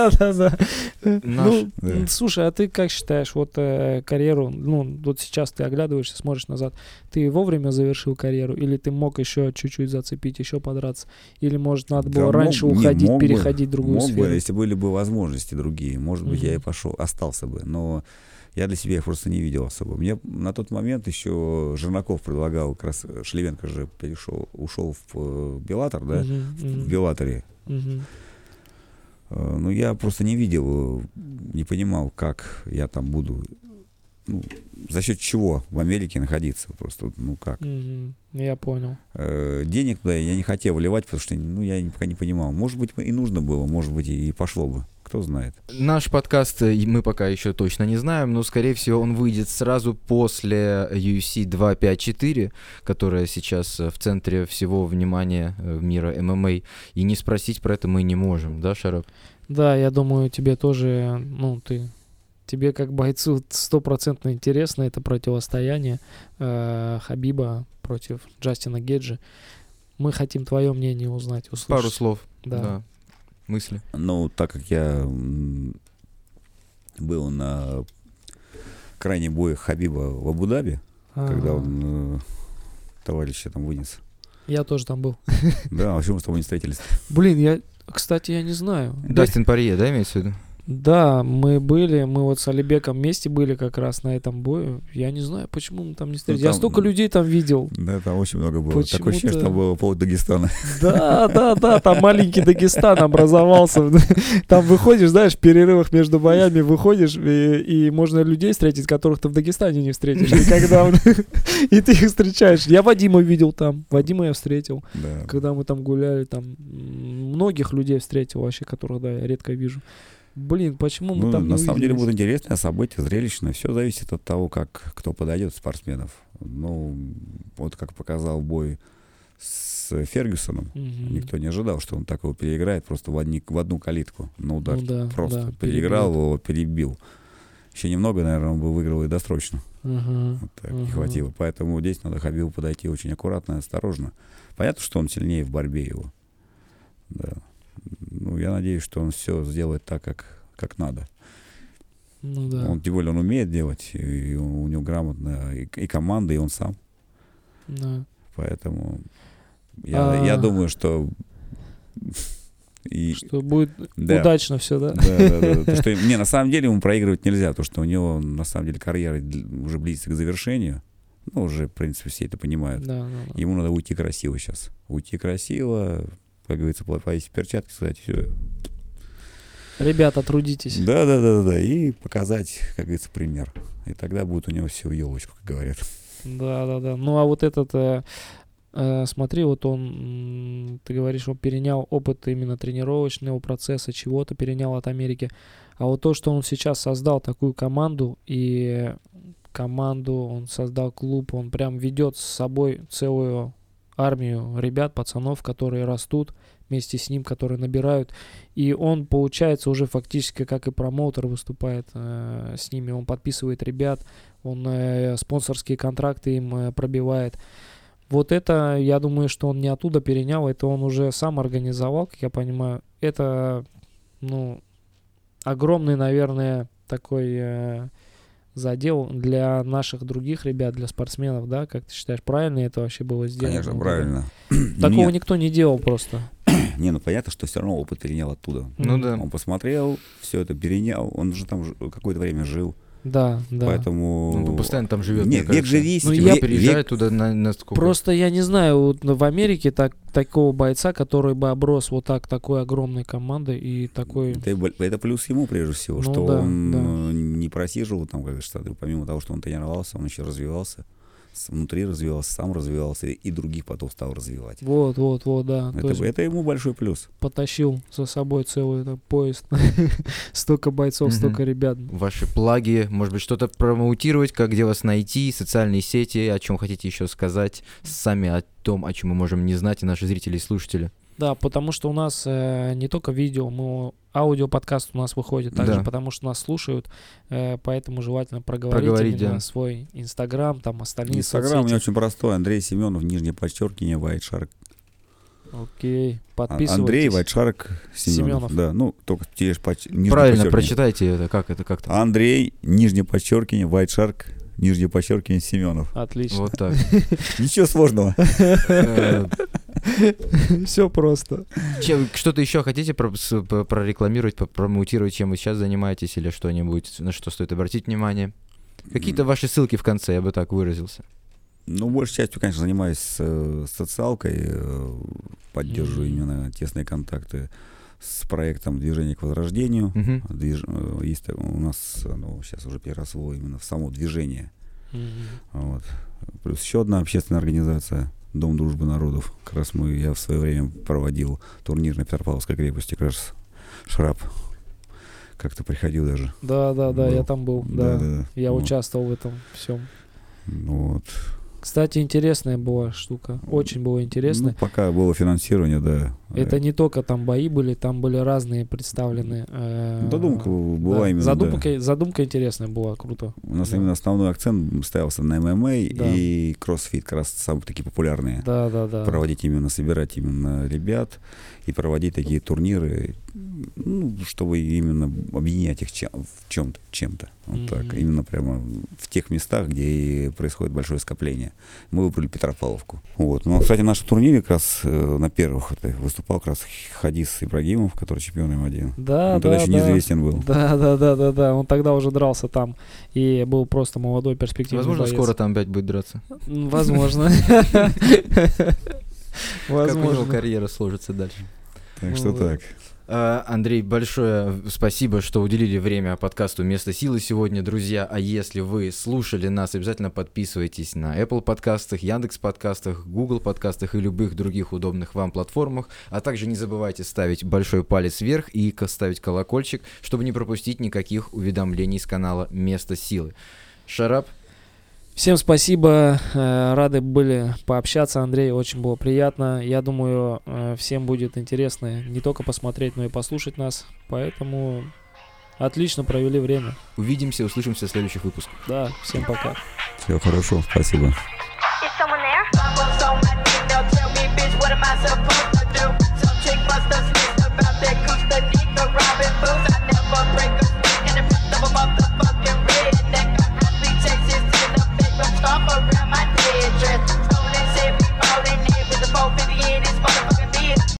Да. Слушай, а ты как считаешь, вот карьеру, вот сейчас ты оглядываешься, смотришь назад, ты вовремя завершил карьеру, или ты мог еще чуть-чуть зацепить, еще подраться, или, может, надо было раньше уходить, переходить в другую сферу? Мог бы, если были бы возможности другие, может быть, я и пошел, остался бы, но... Я для себя их просто не видел особо. Мне на тот момент еще Жернаков предлагал, как раз Шлевенко же ушел в Беллатор, да, в Беллаторе. Но я просто не видел, не понимал, как я там буду, за счет чего в Америке находиться просто, как. Я понял. Денег туда я не хотел вливать, потому что я пока не понимал. Может быть, и нужно было, может быть, и пошло бы. Кто знает. Наш подкаст мы пока еще точно не знаем, но, скорее всего, он выйдет сразу после UFC 254, которая сейчас в центре всего внимания мира ММА. И не спросить про это мы не можем, да, Шарап? Да, я думаю, тебе тоже, тебе как бойцу 100% интересно это противостояние Хабиба против Джастина Гейджа. Мы хотим твое мнение узнать, услышать. Пару слов, да. Мысли. Так как я был на крайнем бое Хабиба в Абу-Даби, когда он товарища там вынес. Я тоже там был. Да, а почему мы с тобой не встретились? Блин, кстати, я не знаю. Дастин Порье, да, имеется в виду? Да, мы вот с Алибеком вместе были как раз на этом бою. Я не знаю, почему мы там не встретились. Я столько людей там видел. Да, там очень много было. Такое ощущение, что там было пол Дагестана. Да, там маленький Дагестан образовался. Там выходишь, знаешь, в перерывах между боями выходишь, и можно людей встретить, которых ты в Дагестане не встретишь никогда. И ты их встречаешь. Я Вадима видел там. Вадима я встретил. Когда мы там гуляли, там многих людей встретил вообще, которых, да, я редко вижу. Блин, почему мы там не на самом деле будет интересное событие, зрелищное. Все зависит от того, как кто подойдет из спортсменов. Вот как показал бой с Фергюсоном, никто не ожидал, что он так его переиграет просто в одну калитку на удар. Просто переиграл его, перебил. Еще немного, наверное, он бы выиграл и досрочно. Вот так не хватило. Поэтому здесь надо Хабибу подойти очень аккуратно и осторожно. Понятно, что он сильнее в борьбе его. Да. я надеюсь, что он все сделает так, как надо. Ну да. Он, тем более, он умеет делать, и у него грамотно и команда, и он сам. Да. Поэтому я думаю, что... Что будет да. удачно все, да? Да. Что, на самом деле ему проигрывать нельзя, потому что у него, на самом деле, карьера уже близится к завершению. Ну, уже, в принципе, все это понимают. Да. Ему надо уйти красиво сейчас. Уйти красиво, как говорится, повесить перчатки, сказать, все. Ребята, трудитесь. Да. И показать, как говорится, пример. И тогда будет у него все в елочку, как говорят. Да. Ну, а вот этот... смотри, вот он, ты говоришь, он перенял опыт именно тренировочного процесса, чего-то перенял от Америки. А вот то, что он сейчас создал такую команду, он создал клуб, он прям ведет с собой целую армию ребят, пацанов, которые растут вместе с ним, которые набирают. И он, получается, уже фактически как и промоутер выступает с ними. Он подписывает ребят, он спонсорские контракты им пробивает. Вот это, я думаю, что он не оттуда перенял, это он уже сам организовал, как я понимаю. Это, огромный, наверное, такой задел для наших других ребят, для спортсменов, да? Как ты считаешь, правильно это вообще было сделано? Конечно, правильно. Такого никто не делал просто. Понятно, что все равно опыт перенял оттуда. Ну да. Он посмотрел, все это перенял, он же там какое-то время жил. Да. Поэтому... Он постоянно там живет. Нет, век живи. Я переезжаю туда на сколько? Просто я не знаю, вот в Америке такого бойца, который бы оброс вот такой огромной командой и такой... Это плюс ему, прежде всего, что он не просиживал там, как штаты. Помимо того, что он тренировался, он еще развивался. Внутри развивался, сам развивался, и других потом стал развивать. Вот, да. Это ему большой плюс. Потащил за собой целый поезд. Столько бойцов, столько ребят. Ваши плаги, может быть, что-то промоутировать, где вас найти, социальные сети, о чем хотите еще сказать, сами о том, о чем мы можем не знать, и наши зрители и слушатели. Да, потому что у нас не только видео, аудиоподкаст у нас выходит также, потому что нас слушают, поэтому желательно проговорить именно свой Инстаграм, там остальные Инстаграм соцсети. у меня очень простой, Андрей Семенов, _, White Shark. Окей, подписывайтесь. Андрей White Shark Семенов. Да, только правильно прочитайте это, как там? Андрей, _, White Shark, _, Семенов. Отлично. Вот так. Ничего сложного. Все просто. Что-то еще хотите прорекламировать, промоутировать, чем вы сейчас занимаетесь, или что-нибудь, на что стоит обратить внимание? Какие-то ваши ссылки в конце, я бы так выразился. Большей частью, конечно, занимаюсь социалкой, поддерживаю именно тесные контакты с проектом «Движение к возрождению». Есть у нас, сейчас уже переросло именно в само движение. Вот. Плюс еще одна общественная организация «Дом дружбы народов». Как раз я в свое время проводил турнир на Петропавловской крепости, как раз Шраб как-то приходил даже. Да, я там был, да. Я участвовал в этом всем. Вот. Кстати, интересная была штука, очень было интересно. Пока было финансирование, да. Это не только там бои были, там были разные представлены. Задумка была именно, Задумка интересная была, круто. У нас именно основной акцент ставился на ММА и кроссфит, как раз самые такие популярные. Да. Проводить именно, собирать именно ребят и проводить такие турниры, чтобы именно объединять их чем-то. Вот так. Именно прямо в тех местах, где происходит большое скопление. Мы выбрали Петропавловку. Вот. Кстати, на нашем турнире как раз на первых выступал как раз Хадис Ибрагимов, который чемпион М1. Да, он тогда еще неизвестен был. Да. Он тогда уже дрался там и был просто молодой, перспективный Возможно, боец. скоро там опять будет драться. Возможно. Как у него карьера сложится дальше. Так что так. Андрей, большое спасибо, что уделили время подкасту «Место силы» сегодня, друзья. А если вы слушали нас, обязательно подписывайтесь на Apple подкастах, Яндекс подкастах, Google подкастах и любых других удобных вам платформах. А также не забывайте ставить большой палец вверх и ставить колокольчик, чтобы не пропустить никаких уведомлений с канала «Место силы». Шарап. Всем спасибо, рады были пообщаться, Андрей, очень было приятно. Я думаю, всем будет интересно не только посмотреть, но и послушать нас, поэтому отлично провели время. Увидимся, услышимся в следующих выпусках. Да, всем пока. Всего хорошо, спасибо.